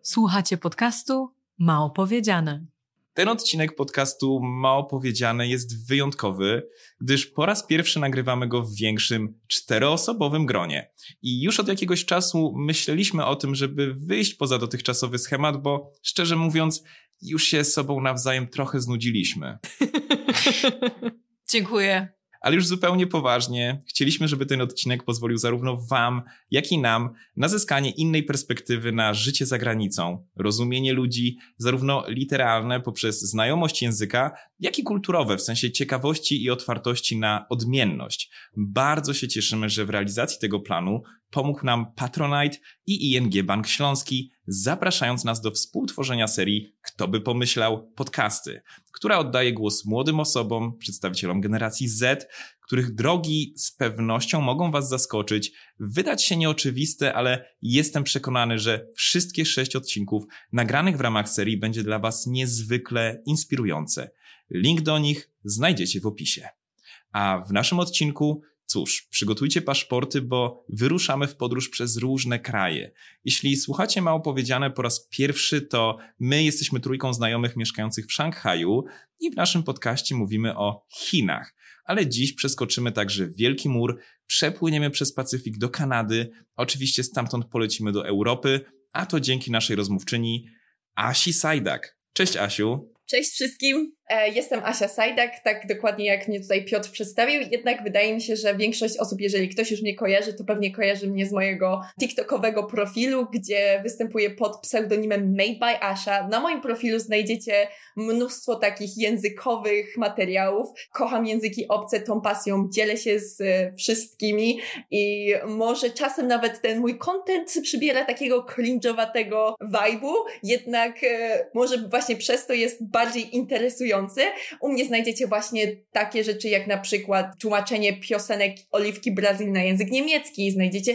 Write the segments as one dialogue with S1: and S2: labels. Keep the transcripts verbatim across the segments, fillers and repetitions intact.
S1: Słuchacie podcastu Mało Powiedziane.
S2: Ten odcinek podcastu Mało Powiedziane jest wyjątkowy, gdyż po raz pierwszy nagrywamy go w większym, czteroosobowym gronie. I już od jakiegoś czasu myśleliśmy o tym, żeby wyjść poza dotychczasowy schemat, bo szczerze mówiąc, już się sobą nawzajem trochę znudziliśmy.
S1: Dziękuję.
S2: Ale już zupełnie poważnie, chcieliśmy, żeby ten odcinek pozwolił zarówno wam, jak i nam na zyskanie innej perspektywy na życie za granicą, rozumienie ludzi, zarówno literalne poprzez znajomość języka, jak i kulturowe, w sensie ciekawości i otwartości na odmienność. Bardzo się cieszymy, że w realizacji tego planu pomógł nam Patronite i I N G Bank Śląski, zapraszając nas do współtworzenia serii Kto by pomyślał podcasty, która oddaje głos młodym osobom, przedstawicielom generacji Z, których drogi z pewnością mogą was zaskoczyć, wydać się nieoczywiste, ale jestem przekonany, że wszystkie sześć odcinków nagranych w ramach serii będzie dla was niezwykle inspirujące. Link do nich znajdziecie w opisie. A w naszym odcinku cóż, przygotujcie paszporty, bo wyruszamy w podróż przez różne kraje. Jeśli słuchacie Mało Powiedziane po raz pierwszy, to my jesteśmy trójką znajomych mieszkających w Szanghaju i w naszym podcaście mówimy o Chinach. Ale dziś przeskoczymy także Wielki Mur, przepłyniemy przez Pacyfik do Kanady, oczywiście stamtąd polecimy do Europy, a to dzięki naszej rozmówczyni Asi Sajdak. Cześć Asiu.
S3: Cześć wszystkim, jestem Asia Sajdak, tak dokładnie jak mnie tutaj Piotr przedstawił, jednak wydaje mi się, że większość osób, jeżeli ktoś już mnie kojarzy, to pewnie kojarzy mnie z mojego TikTokowego profilu, gdzie występuję pod pseudonimem Made by Asia. Na moim profilu znajdziecie mnóstwo takich językowych materiałów. Kocham języki obce, tą pasją dzielę się z wszystkimi i może czasem nawet ten mój content przybiera takiego cringe'owatego vibe'u, jednak może właśnie przez to jest bardziej interesujący. U mnie znajdziecie właśnie takie rzeczy jak na przykład tłumaczenie piosenek Oliwki Brazil na język niemiecki, znajdziecie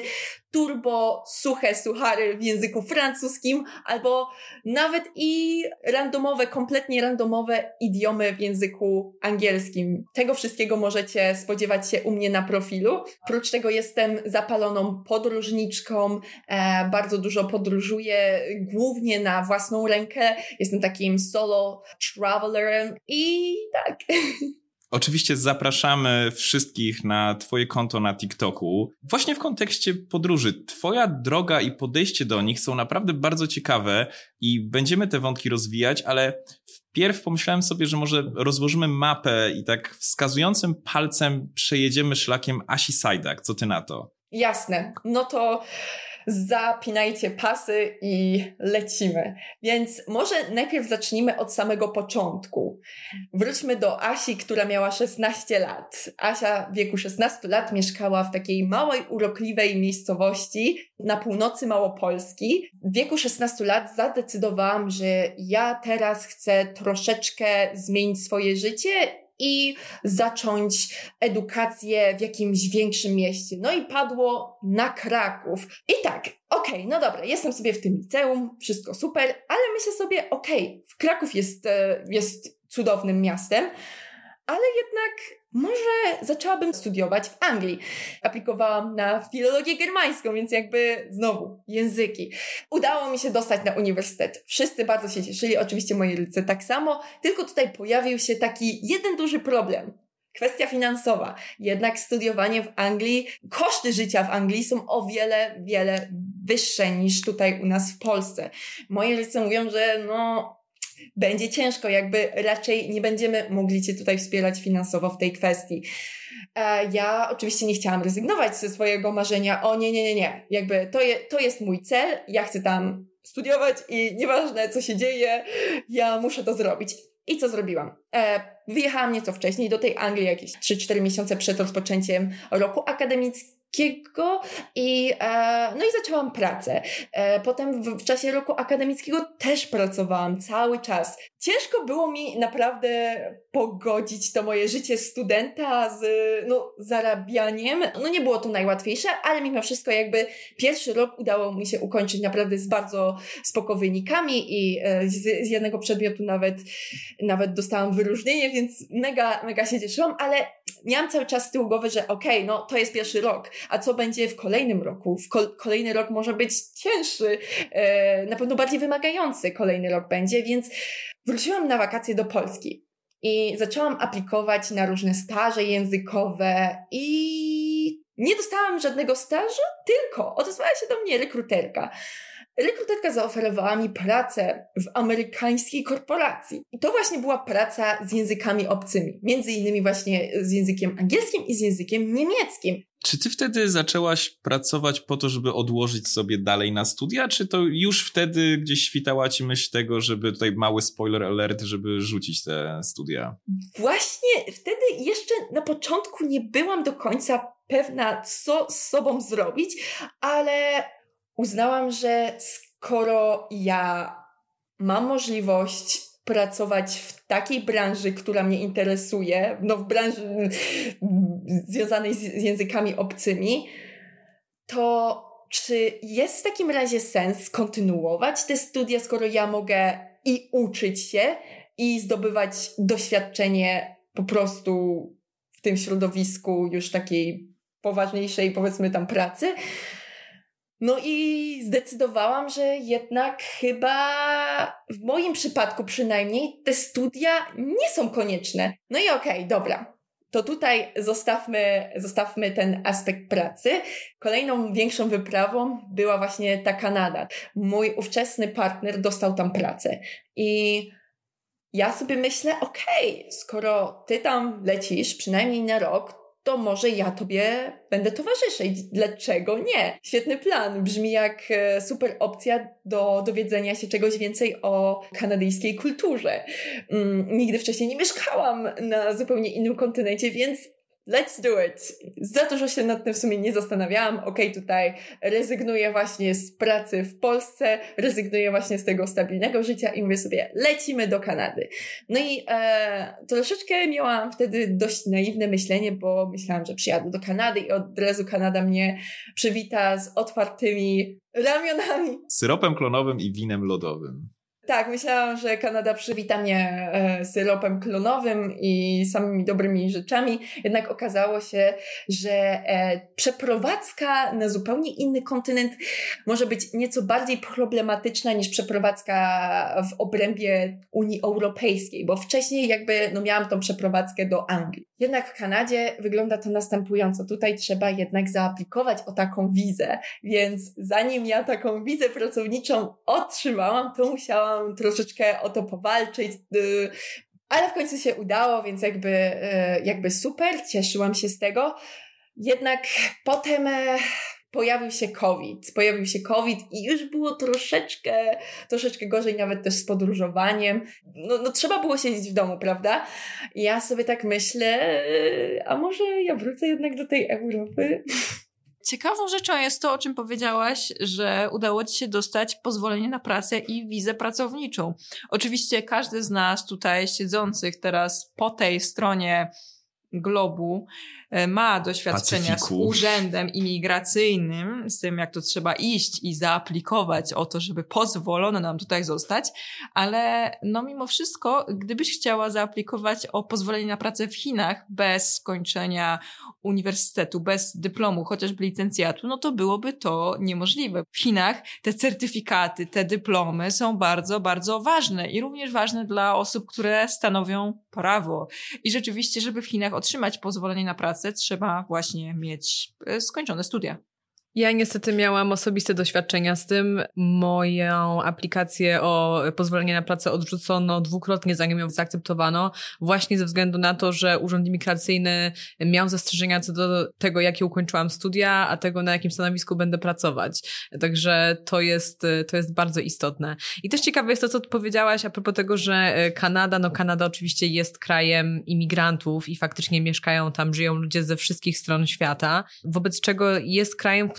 S3: turbo suche suchary w języku francuskim, albo nawet i randomowe, kompletnie randomowe idiomy w języku angielskim. Tego wszystkiego możecie spodziewać się u mnie na profilu. Oprócz tego jestem zapaloną podróżniczką, e, bardzo dużo podróżuję, głównie na własną rękę. Jestem takim solo travelerem i tak...
S2: Oczywiście zapraszamy wszystkich na twoje konto na TikToku. Właśnie w kontekście podróży. Twoja droga i podejście do nich są naprawdę bardzo ciekawe i będziemy te wątki rozwijać, ale wpierw pomyślałem sobie, że może rozłożymy mapę i tak wskazującym palcem przejedziemy szlakiem Asi Sajdak. Co ty na to?
S3: Jasne. No to... zapinajcie pasy i lecimy. Więc może najpierw zacznijmy od samego początku. Wróćmy do Asi, która miała szesnaście lat. Asia w wieku szesnastu lat mieszkała w takiej małej, urokliwej miejscowości na północy Małopolski. W wieku szesnastu lat zadecydowałam, że ja teraz chcę troszeczkę zmienić swoje życie i zacząć edukację w jakimś większym mieście. No i padło na Kraków. I tak, okej, okay, no dobra, jestem sobie w tym liceum, wszystko super, ale myślę sobie, okej, okay, Kraków jest, jest cudownym miastem, ale jednak może zaczęłabym studiować w Anglii. Aplikowałam na filologię germańską, więc jakby znowu języki. Udało mi się dostać na uniwersytet. Wszyscy bardzo się cieszyli, oczywiście moi rodzice tak samo, tylko tutaj pojawił się taki jeden duży problem. Kwestia finansowa. Jednak studiowanie w Anglii, koszty życia w Anglii są o wiele, wiele wyższe niż tutaj u nas w Polsce. Moi rodzice mówią, że no... będzie ciężko, jakby raczej nie będziemy mogli cię tutaj wspierać finansowo w tej kwestii. E, ja oczywiście nie chciałam rezygnować ze swojego marzenia. O nie, nie, nie, nie. Jakby to, je, to jest mój cel, ja chcę tam studiować i nieważne co się dzieje, ja muszę to zrobić. I co zrobiłam? E, wyjechałam nieco wcześniej do tej Anglii, jakieś trzy cztery miesiące przed rozpoczęciem roku akademickiego i, e, no i zaczęłam pracę. E, potem w, w czasie roku akademickiego też pracowałam cały czas. Ciężko było mi naprawdę pogodzić to moje życie studenta z no, zarabianiem. No nie było to najłatwiejsze, ale mimo wszystko jakby pierwszy rok udało mi się ukończyć naprawdę z bardzo spoko wynikami i e, z, z jednego przedmiotu nawet, nawet dostałam wyróżnienie, więc mega, mega się cieszyłam, ale miałam cały czas z tyłu głowy, że okej, okay, no to jest pierwszy rok, a co będzie w kolejnym roku? W kol- kolejny rok może być cięższy, e, na pewno bardziej wymagający kolejny rok będzie, więc wróciłam na wakacje do Polski i zaczęłam aplikować na różne staże językowe i nie dostałam żadnego stażu, tylko odezwała się do mnie rekruterka. Rekruterka zaoferowała mi pracę w amerykańskiej korporacji. I to właśnie była praca z językami obcymi. Między innymi właśnie z językiem angielskim i z językiem niemieckim.
S2: Czy ty wtedy zaczęłaś pracować po to, żeby odłożyć sobie dalej na studia, czy to już wtedy gdzieś świtała ci myśl tego, żeby tutaj mały spoiler alert, żeby rzucić te studia?
S3: Właśnie wtedy jeszcze na początku nie byłam do końca pewna, co z sobą zrobić, ale uznałam, że skoro ja mam możliwość pracować w takiej branży, która mnie interesuje, no w branży związanej z językami obcymi, to czy jest w takim razie sens kontynuować te studia, skoro ja mogę i uczyć się, i zdobywać doświadczenie po prostu w tym środowisku już takiej poważniejszej, powiedzmy tam pracy? No i zdecydowałam, że jednak chyba w moim przypadku przynajmniej te studia nie są konieczne. No i okej, okay, dobra. To tutaj zostawmy, zostawmy ten aspekt pracy. Kolejną większą wyprawą była właśnie ta Kanada. Mój ówczesny partner dostał tam pracę i ja sobie myślę, okej, okay, skoro ty tam lecisz przynajmniej na rok, to może ja tobie będę towarzyszyć. Dlaczego nie? Świetny plan. Brzmi jak super opcja do dowiedzenia się czegoś więcej o kanadyjskiej kulturze. Mm, nigdy wcześniej nie mieszkałam na zupełnie innym kontynencie, więc let's do it. Za dużo się nad tym w sumie nie zastanawiałam. Okej, okay, tutaj rezygnuję właśnie z pracy w Polsce, rezygnuję właśnie z tego stabilnego życia i mówię sobie, lecimy do Kanady. No i e, troszeczkę miałam wtedy dość naiwne myślenie, bo myślałam, że przyjadę do Kanady i od razu Kanada mnie przywita z otwartymi ramionami.
S2: Syropem klonowym i winem lodowym.
S3: Tak, myślałam, że Kanada przywita mnie e, syropem klonowym i samymi dobrymi rzeczami, jednak okazało się, że e, przeprowadzka na zupełnie inny kontynent może być nieco bardziej problematyczna niż przeprowadzka w obrębie Unii Europejskiej, bo wcześniej jakby no miałam tą przeprowadzkę do Anglii. Jednak w Kanadzie wygląda to następująco. Tutaj trzeba jednak zaaplikować o taką wizę, więc zanim ja taką wizę pracowniczą otrzymałam, to musiałam troszeczkę o to powalczyć, ale w końcu się udało, więc jakby, jakby super, cieszyłam się z tego. Jednak potem pojawił się COVID, pojawił się COVID i już było troszeczkę, troszeczkę gorzej nawet też z podróżowaniem. No, no trzeba było siedzieć w domu, prawda? I ja sobie tak myślę, a może ja wrócę jednak do tej Europy?
S1: Ciekawą rzeczą jest to, o czym powiedziałaś, że udało ci się dostać pozwolenie na pracę i wizę pracowniczą. Oczywiście każdy z nas tutaj siedzących teraz po tej stronie globu ma doświadczenia
S2: Pacyfiku.
S1: z urzędem imigracyjnym, z tym jak to trzeba iść i zaaplikować o to, żeby pozwolono nam tutaj zostać, ale no mimo wszystko, gdybyś chciała zaaplikować o pozwolenie na pracę w Chinach bez skończenia uniwersytetu, bez dyplomu, chociażby licencjatu, no to byłoby to niemożliwe. W Chinach te certyfikaty, te dyplomy są bardzo, bardzo ważne i również ważne dla osób, które stanowią prawo. I rzeczywiście, żeby w Chinach otrzymać pozwolenie na pracę, trzeba właśnie mieć skończone studia.
S4: Ja niestety miałam osobiste doświadczenia z tym. Moją aplikację o pozwolenie na pracę odrzucono dwukrotnie, zanim ją zaakceptowano, właśnie ze względu na to, że Urząd Imigracyjny miał zastrzeżenia co do tego, jakie ukończyłam studia, a tego, na jakim stanowisku będę pracować. Także to jest, to jest bardzo istotne. I też ciekawe jest to, co powiedziałaś a propos tego, że Kanada, no Kanada oczywiście jest krajem imigrantów i faktycznie mieszkają tam, żyją ludzie ze wszystkich stron świata, wobec czego jest krajem,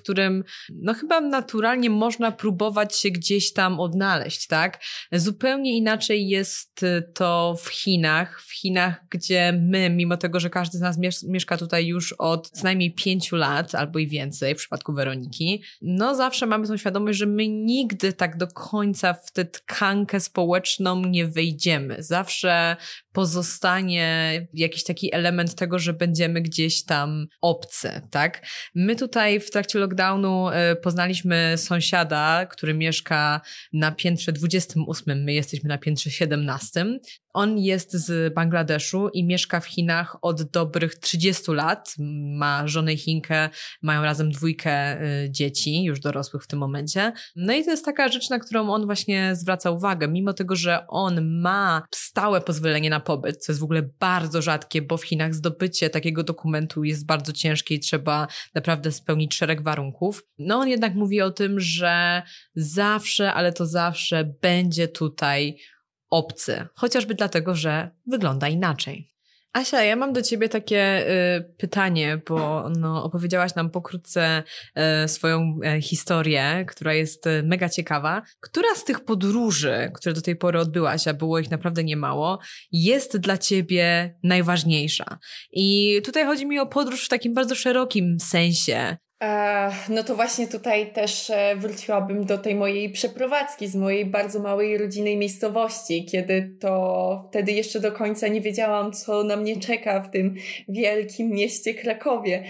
S4: którym no chyba naturalnie można próbować się gdzieś tam odnaleźć, tak? Zupełnie inaczej jest to w Chinach. W Chinach, gdzie my, mimo tego, że każdy z nas miesz- mieszka tutaj już od co najmniej pięciu lat, albo i więcej w przypadku Weroniki, no zawsze mamy tą świadomość, że my nigdy tak do końca w tę tkankę społeczną nie wejdziemy. Zawsze pozostanie jakiś taki element tego, że będziemy gdzieś tam obcy, tak? My tutaj w trakcie lockdownu y, poznaliśmy sąsiada, który mieszka na piętrze dwudziestym ósmym, my jesteśmy na piętrze siedemnastym. On jest z Bangladeszu i mieszka w Chinach od dobrych trzydziestu lat. Ma żonę Chinkę, mają razem dwójkę y, dzieci, już dorosłych w tym momencie. No i to jest taka rzecz, na którą on właśnie zwraca uwagę. Mimo tego, że on ma stałe pozwolenie na pobyt, co jest w ogóle bardzo rzadkie, bo w Chinach zdobycie takiego dokumentu jest bardzo ciężkie i trzeba naprawdę spełnić szereg warunków. No on jednak mówi o tym, że zawsze, ale to zawsze będzie tutaj obcy. Chociażby dlatego, że wygląda inaczej. Asia, ja mam do ciebie takie y, pytanie, bo no, opowiedziałaś nam pokrótce y, swoją y, historię, która jest y, mega ciekawa. Która z tych podróży, które do tej pory odbyłaś, a było ich naprawdę niemało, jest dla ciebie najważniejsza? I tutaj chodzi mi o podróż w takim bardzo szerokim sensie.
S3: No to właśnie tutaj też wróciłabym do tej mojej przeprowadzki z mojej bardzo małej rodzinnej miejscowości, kiedy to wtedy jeszcze do końca nie wiedziałam, co na mnie czeka w tym wielkim mieście Krakowie.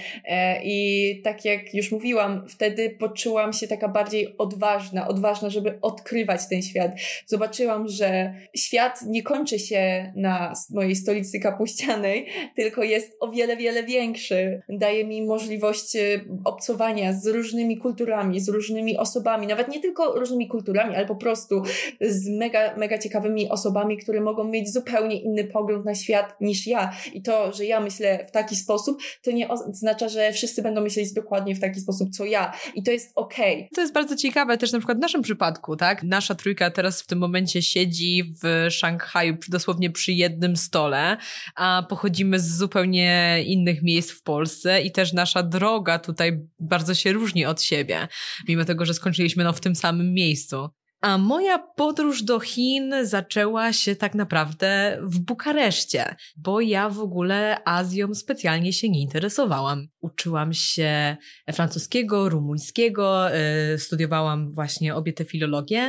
S3: I tak jak już mówiłam, wtedy poczułam się taka bardziej odważna, odważna, żeby odkrywać ten świat. Zobaczyłam, że świat nie kończy się na mojej stolicy kapuścianej, tylko jest o wiele, wiele większy. Daje mi możliwość obcowania z różnymi kulturami, z różnymi osobami, nawet nie tylko różnymi kulturami, ale po prostu z mega, mega ciekawymi osobami, które mogą mieć zupełnie inny pogląd na świat niż ja. I to, że ja myślę w taki sposób, to nie oznacza, że wszyscy będą myśleć dokładnie w taki sposób, co ja. I to jest okej. Okay.
S4: To jest bardzo ciekawe też na przykład w naszym przypadku, tak? Nasza trójka teraz w tym momencie siedzi w Szanghaju dosłownie przy jednym stole, a pochodzimy z zupełnie innych miejsc w Polsce i też nasza droga tutaj bardzo się różni od siebie, mimo tego, że skończyliśmy no w tym samym miejscu. A moja podróż do Chin zaczęła się tak naprawdę w Bukareszcie, bo ja w ogóle Azją specjalnie się nie interesowałam. Uczyłam się francuskiego, rumuńskiego, studiowałam właśnie obie te filologie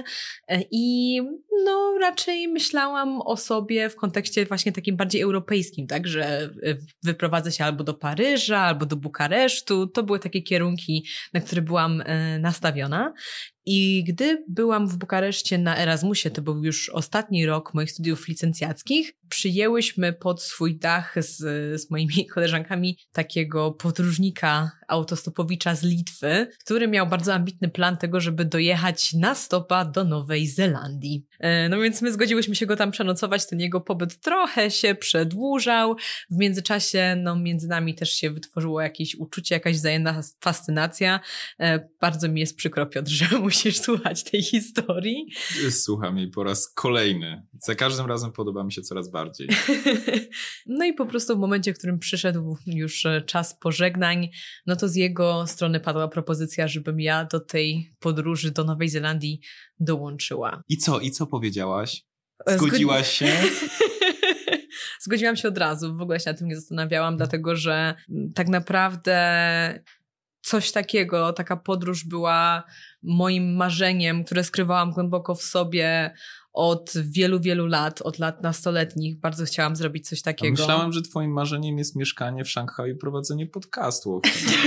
S4: i no raczej myślałam o sobie w kontekście właśnie takim bardziej europejskim, tak, że wyprowadzę się albo do Paryża, albo do Bukaresztu. To były takie kierunki, na które byłam nastawiona. I gdy byłam w Bukareszcie na Erasmusie, to był już ostatni rok moich studiów licencjackich, przyjęłyśmy pod swój dach z, z moimi koleżankami takiego podróżnika, autostopowicza z Litwy, który miał bardzo ambitny plan tego, żeby dojechać na stopa do Nowej Zelandii. No więc my zgodziłyśmy się go tam przenocować, ten jego pobyt trochę się przedłużał. W międzyczasie no, między nami też się wytworzyło jakieś uczucie, jakaś wzajemna fascynacja. Bardzo mi jest przykro, Piotr, że musisz słuchać tej historii.
S2: Słucham jej po raz kolejny. Za każdym razem podoba mi się coraz bardziej.
S4: No i po prostu w momencie, w którym przyszedł już czas pożegnań, no to z jego strony padła propozycja, żebym ja do tej podróży do Nowej Zelandii dołączyła.
S2: I co? I co powiedziałaś? Zgodziłaś się?
S4: Zgodziłam się od razu. W ogóle się nad tym nie zastanawiałam, dlatego że tak naprawdę coś takiego, taka podróż była moim marzeniem, które skrywałam głęboko w sobie od wielu, wielu lat, od lat nastoletnich. Bardzo chciałam zrobić coś takiego.
S2: A myślałam, że twoim marzeniem jest mieszkanie w Szanghaju i prowadzenie podcastu.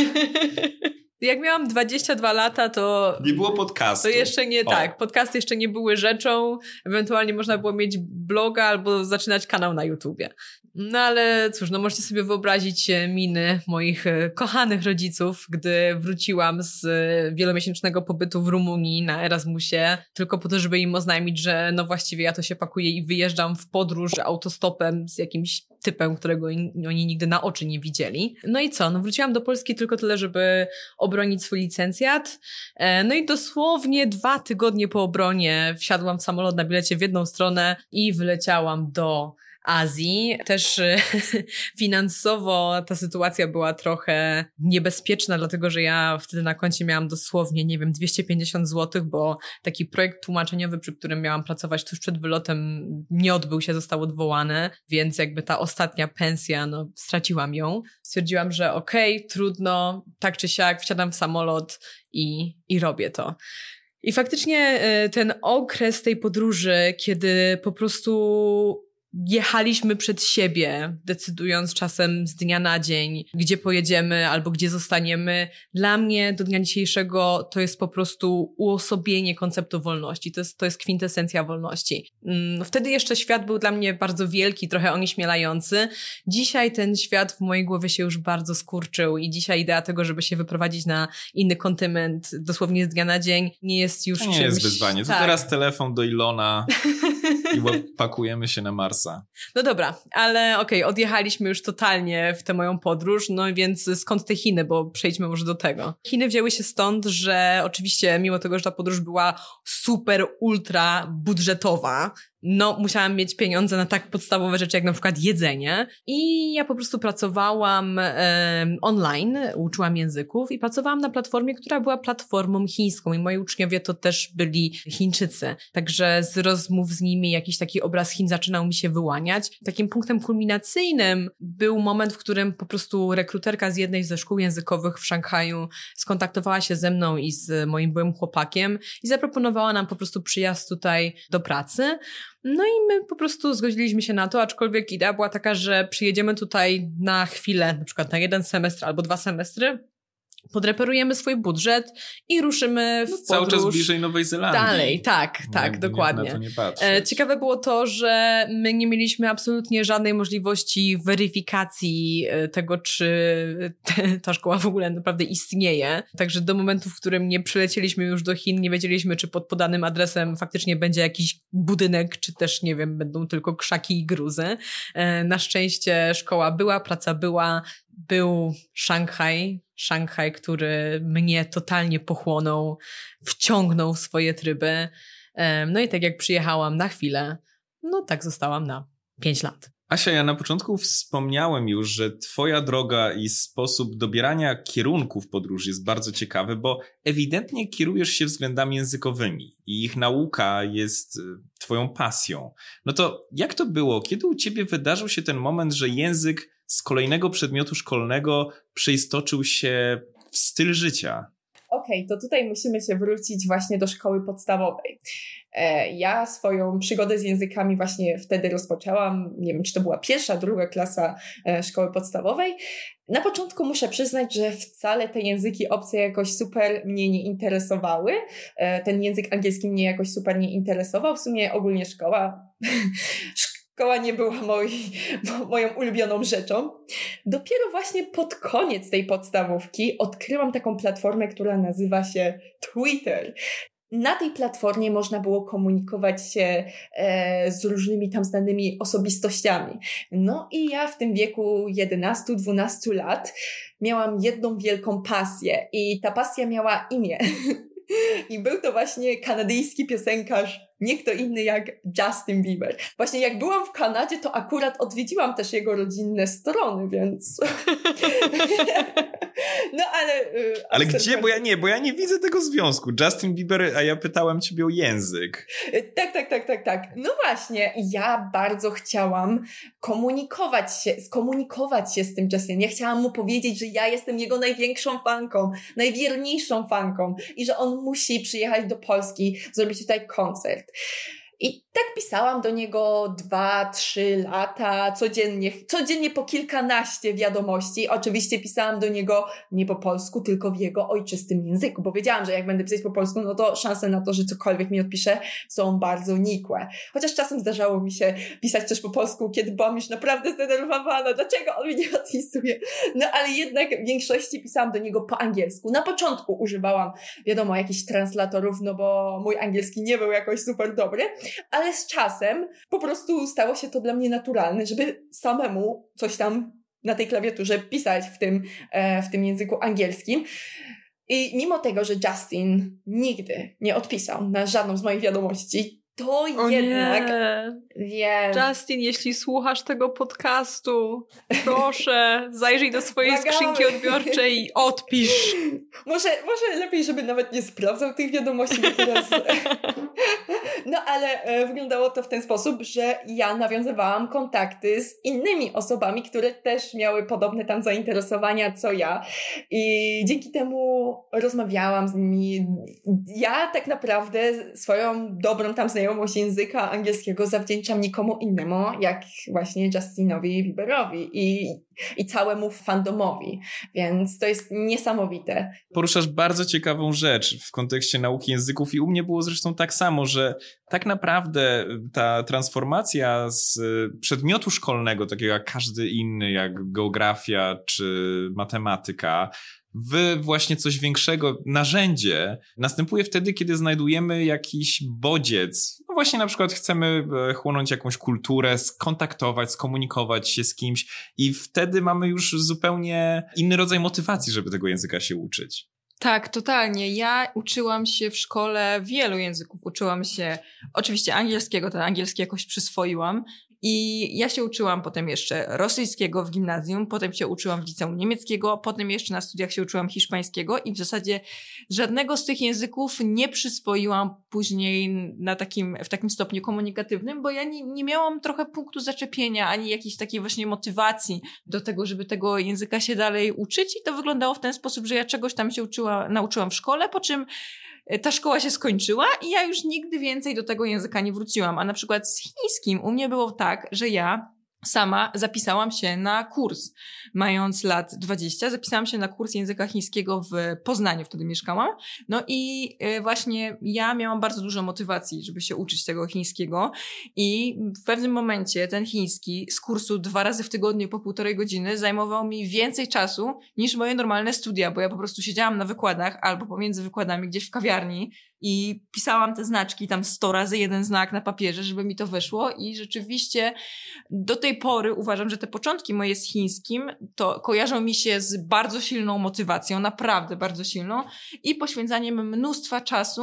S4: Jak miałam dwadzieścia dwa lata, to...
S2: Nie było podcastu.
S4: To jeszcze nie, o. tak. Podcasty jeszcze nie były rzeczą. Ewentualnie można było mieć bloga albo zaczynać kanał na YouTubie. No ale cóż, no możecie sobie wyobrazić miny moich kochanych rodziców, gdy wróciłam z wielomiesięcznego pobytu w Rumunii na Erasmusie, tylko po to, żeby im oznajmić, że no właściwie ja to się pakuję i wyjeżdżam w podróż autostopem z jakimś typem, którego oni nigdy na oczy nie widzieli. No i co? No wróciłam do Polski tylko tyle, żeby obronić swój licencjat. No i dosłownie dwa tygodnie po obronie wsiadłam w samolot na bilecie w jedną stronę i wyleciałam do Azji. Też finansowo ta sytuacja była trochę niebezpieczna, dlatego że ja wtedy na koncie miałam dosłownie, nie wiem, dwieście pięćdziesiąt złotych, bo taki projekt tłumaczeniowy, przy którym miałam pracować tuż przed wylotem, nie odbył się, został odwołany, więc jakby ta ostatnia pensja, no straciłam ją. Stwierdziłam, że okej, okay, trudno, tak czy siak, wsiadam w samolot i, i robię to. I faktycznie ten okres tej podróży, kiedy po prostu jechaliśmy przed siebie, decydując czasem z dnia na dzień, gdzie pojedziemy albo gdzie zostaniemy. Dla mnie do dnia dzisiejszego to jest po prostu uosobienie konceptu wolności. To jest, to jest kwintesencja wolności. Wtedy jeszcze świat był dla mnie bardzo wielki, trochę onieśmielający. Dzisiaj ten świat w mojej głowie się już bardzo skurczył i dzisiaj idea tego, żeby się wyprowadzić na inny kontynent dosłownie z dnia na dzień nie jest już
S2: to nie
S4: czymś...
S2: jest wyzwanie. To
S4: tak.
S2: Teraz telefon do Ilona i pakujemy się na Marsa.
S4: No dobra, ale okej, okay, odjechaliśmy już totalnie w tę moją podróż, no więc skąd te Chiny, bo przejdźmy może do tego. Chiny wzięły się stąd, że oczywiście mimo tego, że ta podróż była super, ultra budżetowa, no musiałam mieć pieniądze na tak podstawowe rzeczy jak na przykład jedzenie i ja po prostu pracowałam e, online, uczyłam języków i pracowałam na platformie, która była platformą chińską i moi uczniowie to też byli Chińczycy. Także z rozmów z nimi jakiś taki obraz Chin zaczynał mi się wyłaniać. Takim punktem kulminacyjnym był moment, w którym po prostu rekruterka z jednej ze szkół językowych w Szanghaju skontaktowała się ze mną i z moim byłym chłopakiem i zaproponowała nam po prostu przyjazd tutaj do pracy. No i my po prostu zgodziliśmy się na to, aczkolwiek idea była taka, że przyjedziemy tutaj na chwilę, na przykład na jeden semestr albo dwa semestry, podreperujemy swój budżet i ruszymy w
S2: no,
S4: podróż.
S2: Cały czas bliżej Nowej Zelandii.
S4: Dalej, tak, tak,
S2: nie,
S4: dokładnie.
S2: Nie, na to nie patrzeć.
S4: Ciekawe było to, że my nie mieliśmy absolutnie żadnej możliwości weryfikacji tego, czy te, ta szkoła w ogóle naprawdę istnieje. Także do momentu, w którym nie przylecieliśmy już do Chin, nie wiedzieliśmy, czy pod podanym adresem faktycznie będzie jakiś budynek, czy też, nie wiem, będą tylko krzaki i gruzy. Na szczęście szkoła była, praca była, był Szanghaj, Szanghaj, który mnie totalnie pochłonął, wciągnął w swoje tryby. No i tak jak przyjechałam na chwilę, no tak zostałam na pięć lat.
S2: Asia, ja na początku wspomniałem już, że twoja droga i sposób dobierania kierunków podróży jest bardzo ciekawy, bo ewidentnie kierujesz się względami językowymi i ich nauka jest twoją pasją. No to jak to było? Kiedy u ciebie wydarzył się ten moment, że język z kolejnego przedmiotu szkolnego przeistoczył się w styl życia?
S3: Okej, okay, to tutaj musimy się wrócić właśnie do szkoły podstawowej. E, ja swoją przygodę z językami właśnie wtedy rozpoczęłam, nie wiem, czy to była pierwsza, druga klasa e, szkoły podstawowej. Na początku muszę przyznać, że wcale te języki obce jakoś super mnie nie interesowały. E, ten język angielski mnie jakoś super nie interesował. W sumie ogólnie szkoła... Szkoła nie była moi, moją ulubioną rzeczą. Dopiero właśnie pod koniec tej podstawówki odkryłam taką platformę, która nazywa się Twitter. Na tej platformie można było komunikować się e, z różnymi tam znanymi osobistościami. No i ja w tym wieku jedenastu dwunastu lat miałam jedną wielką pasję i ta pasja miała imię. I był to właśnie kanadyjski piosenkarz, nie kto inny jak Justin Bieber. Właśnie jak byłam w Kanadzie, to akurat odwiedziłam też jego rodzinne strony, więc... no ale...
S2: Ale gdzie? Bo ja nie, bo ja nie widzę tego związku. Justin Bieber, a ja pytałem ciebie o język.
S3: Tak, tak, tak, tak, tak. No właśnie, ja bardzo chciałam komunikować się, skomunikować się z tym Justinem. Ja chciałam mu powiedzieć, że ja jestem jego największą fanką, najwierniejszą fanką i że on musi przyjechać do Polski, zrobić tutaj koncert. I tak pisałam do niego dwa, trzy lata, codziennie, codziennie po kilkanaście wiadomości. Oczywiście pisałam do niego nie po polsku, tylko w jego ojczystym języku, bo wiedziałam, że jak będę pisać po polsku, no to szanse na to, że cokolwiek mi odpisze, są bardzo nikłe. Chociaż czasem zdarzało mi się pisać też po polsku, kiedy byłam już naprawdę zdenerwowana, dlaczego on mi nie odpisuje. No ale jednak w większości pisałam do niego po angielsku. Na początku używałam, wiadomo, jakichś translatorów, no bo mój angielski nie był jakoś super dobry, ale z czasem po prostu stało się to dla mnie naturalne, żeby samemu coś tam na tej klawiaturze pisać w tym, e, w tym języku angielskim. I mimo tego, że Justin nigdy nie odpisał na żadną z moich wiadomości, to
S4: O
S3: jednak...
S4: nie.
S3: Wiem.
S4: Justin, jeśli słuchasz tego podcastu, proszę, zajrzyj do swojej
S3: Błagamy.
S4: skrzynki odbiorczej i odpisz.
S3: Może, może lepiej, żeby nawet nie sprawdzał tych wiadomości, bo teraz... No ale e, wyglądało to w ten sposób, że ja nawiązywałam kontakty z innymi osobami, które też miały podobne tam zainteresowania co ja. I dzięki temu rozmawiałam z nimi. Ja tak naprawdę swoją dobrą tam znajomość języka angielskiego zawdzięczam nikomu innemu, jak właśnie Justinowi Bieberowi i, i całemu fandomowi. Więc to jest niesamowite.
S2: Poruszasz bardzo ciekawą rzecz w kontekście nauki języków i u mnie było zresztą tak samo, że tak naprawdę ta transformacja z przedmiotu szkolnego, takiego jak każdy inny, jak geografia czy matematyka, w właśnie coś większego, narzędzie, następuje wtedy, kiedy znajdujemy jakiś bodziec. No właśnie na przykład chcemy chłonąć jakąś kulturę, skontaktować, skomunikować się z kimś i wtedy mamy już zupełnie inny rodzaj motywacji, żeby tego języka się uczyć.
S1: Tak, totalnie. Ja uczyłam się w szkole wielu języków. Uczyłam się oczywiście angielskiego, ten angielski jakoś przyswoiłam. I ja się uczyłam potem jeszcze rosyjskiego w gimnazjum, potem się uczyłam w liceum niemieckiego, potem jeszcze na studiach się uczyłam hiszpańskiego i w zasadzie żadnego z tych języków nie przyswoiłam później na takim, w takim stopniu komunikatywnym, bo ja nie, nie miałam trochę punktu zaczepienia, ani jakiejś takiej właśnie motywacji do tego, żeby tego języka się dalej uczyć i to wyglądało w ten sposób, że ja czegoś tam się uczyła, nauczyłam w szkole, po czym ta szkoła się skończyła i ja już nigdy więcej do tego języka nie wróciłam. A na przykład z chińskim u mnie było tak, że ja sama zapisałam się na kurs. Mając lat dwadzieścia, zapisałam się na kurs języka chińskiego w Poznaniu, wtedy mieszkałam. No i właśnie ja miałam bardzo dużo motywacji, żeby się uczyć tego chińskiego i w pewnym momencie ten chiński z kursu dwa razy w tygodniu po półtorej godziny zajmował mi więcej czasu niż moje normalne studia, bo ja po prostu siedziałam na wykładach albo pomiędzy wykładami gdzieś w kawiarni i pisałam te znaczki tam sto razy jeden znak na papierze, żeby mi to wyszło i rzeczywiście do tej pory uważam, że te początki moje z chińskim to kojarzą mi się z bardzo silną motywacją, naprawdę bardzo silną i poświęcaniem mnóstwa czasu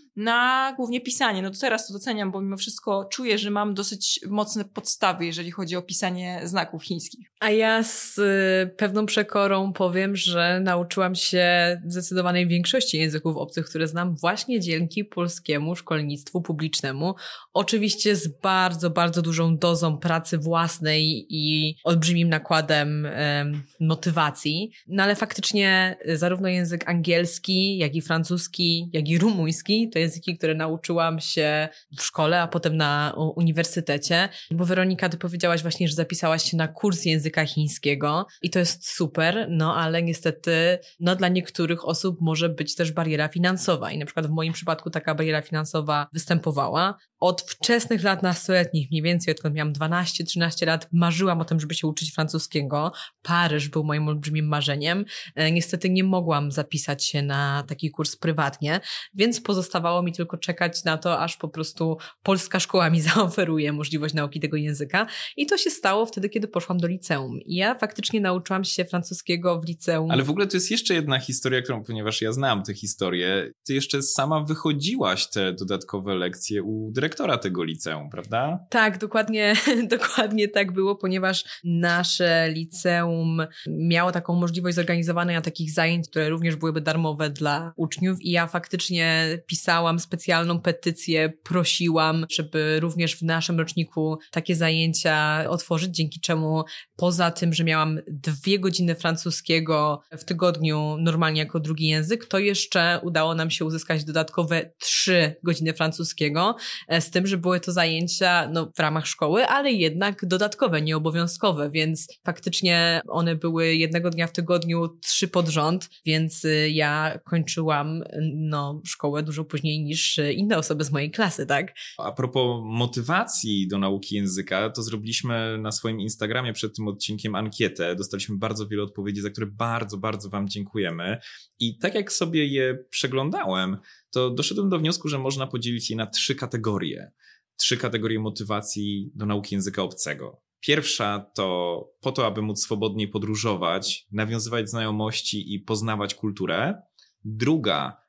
S1: na głównie pisanie. No to teraz to doceniam, bo mimo wszystko czuję, że mam dosyć mocne podstawy, jeżeli chodzi o pisanie znaków chińskich.
S4: A ja z y, pewną przekorą powiem, że nauczyłam się zdecydowanej większości języków obcych, które znam właśnie dzięki polskiemu szkolnictwu publicznemu. Oczywiście z bardzo, bardzo dużą dozą pracy własnej i olbrzymim nakładem y, motywacji. No ale faktycznie zarówno język angielski, jak i francuski, jak i rumuński to języki, które nauczyłam się w szkole, a potem na uniwersytecie. Bo Weronika, ty powiedziałaś właśnie, że zapisałaś się na kurs języka chińskiego i to jest super, no ale niestety no dla niektórych osób może być też bariera finansowa i na przykład w moim przypadku taka bariera finansowa występowała. Od wczesnych lat nastoletnich, mniej więcej odkąd miałam dwanaście trzynaście lat, marzyłam o tym, żeby się uczyć francuskiego. Paryż był moim olbrzymim marzeniem. Niestety nie mogłam zapisać się na taki kurs prywatnie, więc pozostawało mi tylko czekać na to, aż po prostu polska szkoła mi zaoferuje możliwość nauki tego języka i to się stało wtedy, kiedy poszłam do liceum. I ja faktycznie nauczyłam się francuskiego w liceum.
S2: Ale w ogóle to jest jeszcze jedna historia, którą, ponieważ ja znam tę historię, ty jeszcze sama wychodziłaś te dodatkowe lekcje u dyrektora tego liceum, prawda?
S4: Tak, dokładnie, dokładnie tak było, ponieważ nasze liceum miało taką możliwość zorganizowania takich zajęć, które również byłyby darmowe dla uczniów i ja faktycznie pisałam specjalną petycję, prosiłam, żeby również w naszym roczniku takie zajęcia otworzyć, dzięki czemu poza tym, że miałam dwie godziny francuskiego w tygodniu normalnie jako drugi język, to jeszcze udało nam się uzyskać dodatkowe trzy godziny francuskiego, z tym, że były to zajęcia no, w ramach szkoły, ale jednak dodatkowe, nieobowiązkowe, więc faktycznie one były jednego dnia w tygodniu, trzy pod rząd, więc ja kończyłam no, szkołę dużo później niż inne osoby z mojej klasy, tak?
S2: A propos motywacji do nauki języka, to zrobiliśmy na swoim Instagramie przed tym odcinkiem ankietę. Dostaliśmy bardzo wiele odpowiedzi, za które bardzo, bardzo wam dziękujemy. I tak jak sobie je przeglądałem, to doszedłem do wniosku, że można podzielić je na trzy kategorie. Trzy kategorie motywacji do nauki języka obcego. Pierwsza to po to, aby móc swobodniej podróżować, nawiązywać znajomości i poznawać kulturę. Druga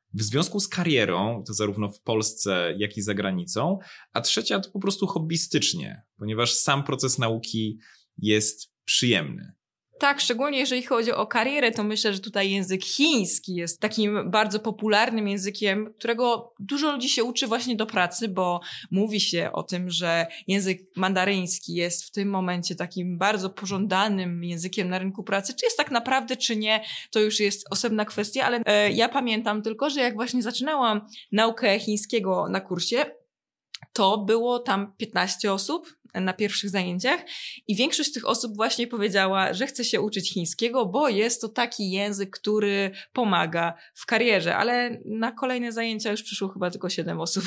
S2: w związku z karierą, to zarówno w Polsce, jak i za granicą, a trzecia to po prostu hobbystycznie, ponieważ sam proces nauki jest przyjemny.
S1: Tak, szczególnie jeżeli chodzi o karierę, to myślę, że tutaj język chiński jest takim bardzo popularnym językiem, którego dużo ludzi się uczy właśnie do pracy, bo mówi się o tym, że język mandaryński jest w tym momencie takim bardzo pożądanym językiem na rynku pracy. Czy jest tak naprawdę, czy nie, to już jest osobna kwestia, ale e, ja pamiętam tylko, że jak właśnie zaczynałam naukę chińskiego na kursie, to było tam piętnaście osób na pierwszych zajęciach i większość z tych osób właśnie powiedziała, że chce się uczyć chińskiego, bo jest to taki język, który pomaga w karierze, ale na kolejne zajęcia już przyszło chyba tylko siedem osób.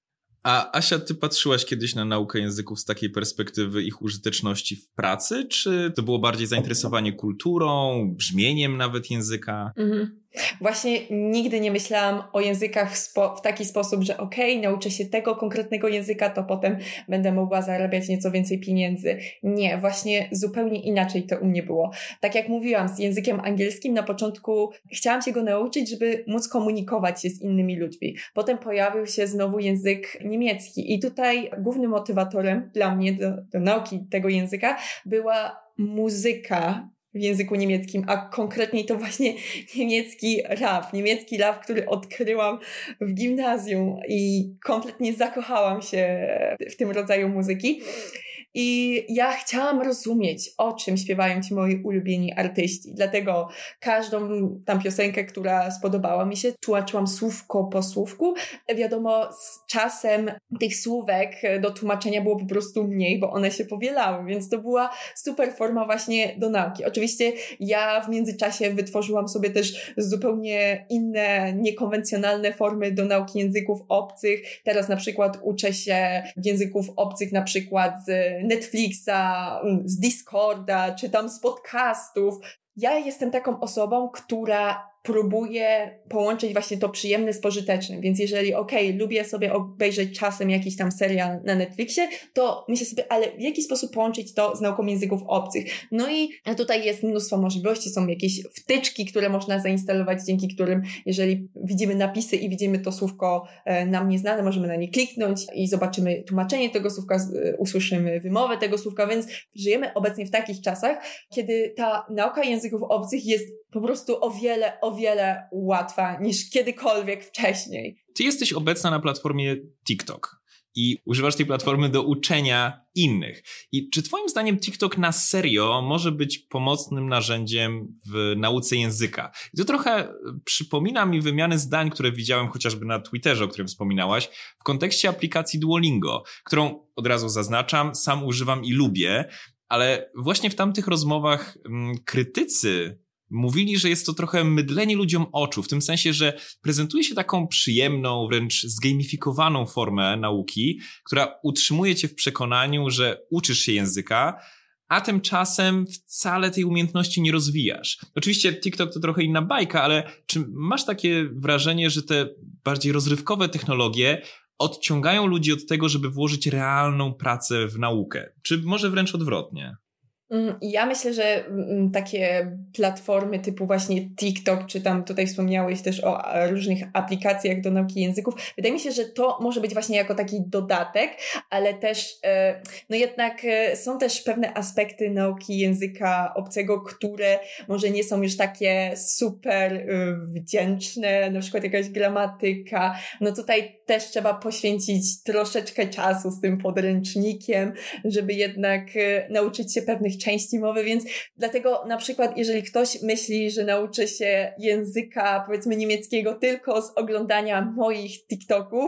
S2: A Asia, ty patrzyłaś kiedyś na naukę języków z takiej perspektywy ich użyteczności w pracy, czy to było bardziej zainteresowanie kulturą, brzmieniem nawet języka?
S3: Mhm. Właśnie nigdy nie myślałam o językach w, spo- w taki sposób, że okej, okay, nauczę się tego konkretnego języka, to potem będę mogła zarabiać nieco więcej pieniędzy. Nie, właśnie zupełnie inaczej to u mnie było. Tak jak mówiłam, z językiem angielskim na początku chciałam się go nauczyć, żeby móc komunikować się z innymi ludźmi. Potem pojawił się znowu język niemiecki i tutaj głównym motywatorem dla mnie do, do nauki tego języka była muzyka w języku niemieckim, a konkretniej to właśnie niemiecki rap. Niemiecki rap, który odkryłam w gimnazjum i kompletnie zakochałam się w tym rodzaju muzyki. I ja chciałam rozumieć, o czym śpiewają ci moi ulubieni artyści. Dlatego każdą tam piosenkę, która spodobała mi się, tłumaczyłam słówko po słówku. Wiadomo, z czasem tych słówek do tłumaczenia było po prostu mniej, bo one się powielały, więc to była super forma właśnie do nauki. Oczywiście ja w międzyczasie wytworzyłam sobie też zupełnie inne, niekonwencjonalne formy do nauki języków obcych. Teraz na przykład uczę się języków obcych na przykład z Netflixa, z Discorda, czy tam z podcastów. Ja jestem taką osobą, która próbuje połączyć właśnie to przyjemne z pożytecznym, więc jeżeli okej, okay, lubię sobie obejrzeć czasem jakiś tam serial na Netflixie, to myślę sobie, ale w jaki sposób połączyć to z nauką języków obcych? No i tutaj jest mnóstwo możliwości, są jakieś wtyczki, które można zainstalować, dzięki którym jeżeli widzimy napisy i widzimy to słówko e, nam nieznane, możemy na nie kliknąć i zobaczymy tłumaczenie tego słówka, e, usłyszymy wymowę tego słówka, więc żyjemy obecnie w takich czasach, kiedy ta nauka języków obcych jest po prostu o wiele, o wiele łatwa niż kiedykolwiek wcześniej.
S2: Ty jesteś obecna na platformie TikTok i używasz tej platformy do uczenia innych. I czy twoim zdaniem TikTok na serio może być pomocnym narzędziem w nauce języka? I to trochę przypomina mi wymiany zdań, które widziałem chociażby na Twitterze, o którym wspominałaś, w kontekście aplikacji Duolingo, którą od razu zaznaczam, sam używam i lubię, ale właśnie w tamtych rozmowach m, krytycy mówili, że jest to trochę mydlenie ludziom oczu, w tym sensie, że prezentuje się taką przyjemną, wręcz zgamifikowaną formę nauki, która utrzymuje cię w przekonaniu, że uczysz się języka, a tymczasem wcale tej umiejętności nie rozwijasz. Oczywiście TikTok to trochę inna bajka, ale czy masz takie wrażenie, że te bardziej rozrywkowe technologie odciągają ludzi od tego, żeby włożyć realną pracę w naukę? Czy może wręcz odwrotnie?
S3: Ja myślę, że takie platformy typu właśnie TikTok, czy tam tutaj wspomniałeś też o różnych aplikacjach do nauki języków, wydaje mi się, że to może być właśnie jako taki dodatek, ale też no jednak są też pewne aspekty nauki języka obcego, które może nie są już takie super wdzięczne, na przykład jakaś gramatyka. No tutaj też trzeba poświęcić troszeczkę czasu z tym podręcznikiem, żeby jednak nauczyć się pewnych części mowy, więc dlatego na przykład jeżeli ktoś myśli, że nauczy się języka powiedzmy niemieckiego tylko z oglądania moich TikToków,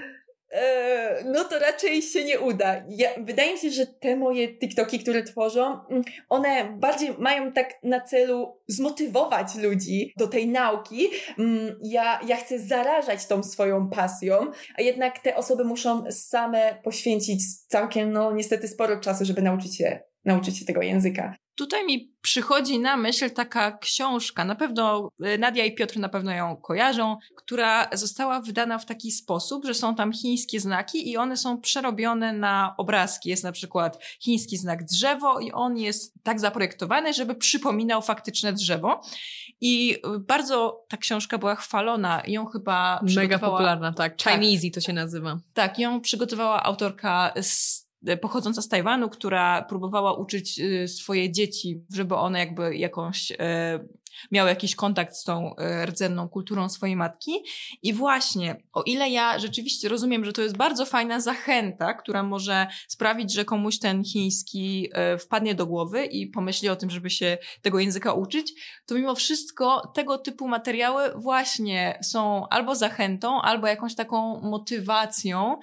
S3: no to raczej się nie uda. Ja, wydaje mi się, że te moje TikToki, które tworzą, one bardziej mają tak na celu zmotywować ludzi do tej nauki. Ja, ja chcę zarażać tą swoją pasją, a jednak te osoby muszą same poświęcić całkiem, no niestety sporo czasu, żeby nauczyć się nauczyć się tego języka.
S1: Tutaj mi przychodzi na myśl taka książka, na pewno Nadia i Piotr na pewno ją kojarzą, która została wydana w taki sposób, że są tam chińskie znaki i one są przerobione na obrazki. Jest na przykład chiński znak drzewo i on jest tak zaprojektowany, żeby przypominał faktyczne drzewo. I bardzo ta książka była chwalona. Ją chyba
S4: Mega popularna, tak. Chinese to się nazywa.
S1: Tak, ją przygotowała autorka z pochodząca z Tajwanu, która próbowała uczyć y, swoje dzieci, żeby one jakby jakąś y, miały jakiś kontakt z tą y, rdzenną kulturą swojej matki. I właśnie, o ile ja rzeczywiście rozumiem, że to jest bardzo fajna zachęta, która może sprawić, że komuś ten chiński y, wpadnie do głowy i pomyśli o tym, żeby się tego języka uczyć, to mimo wszystko tego typu materiały właśnie są albo zachętą, albo jakąś taką motywacją,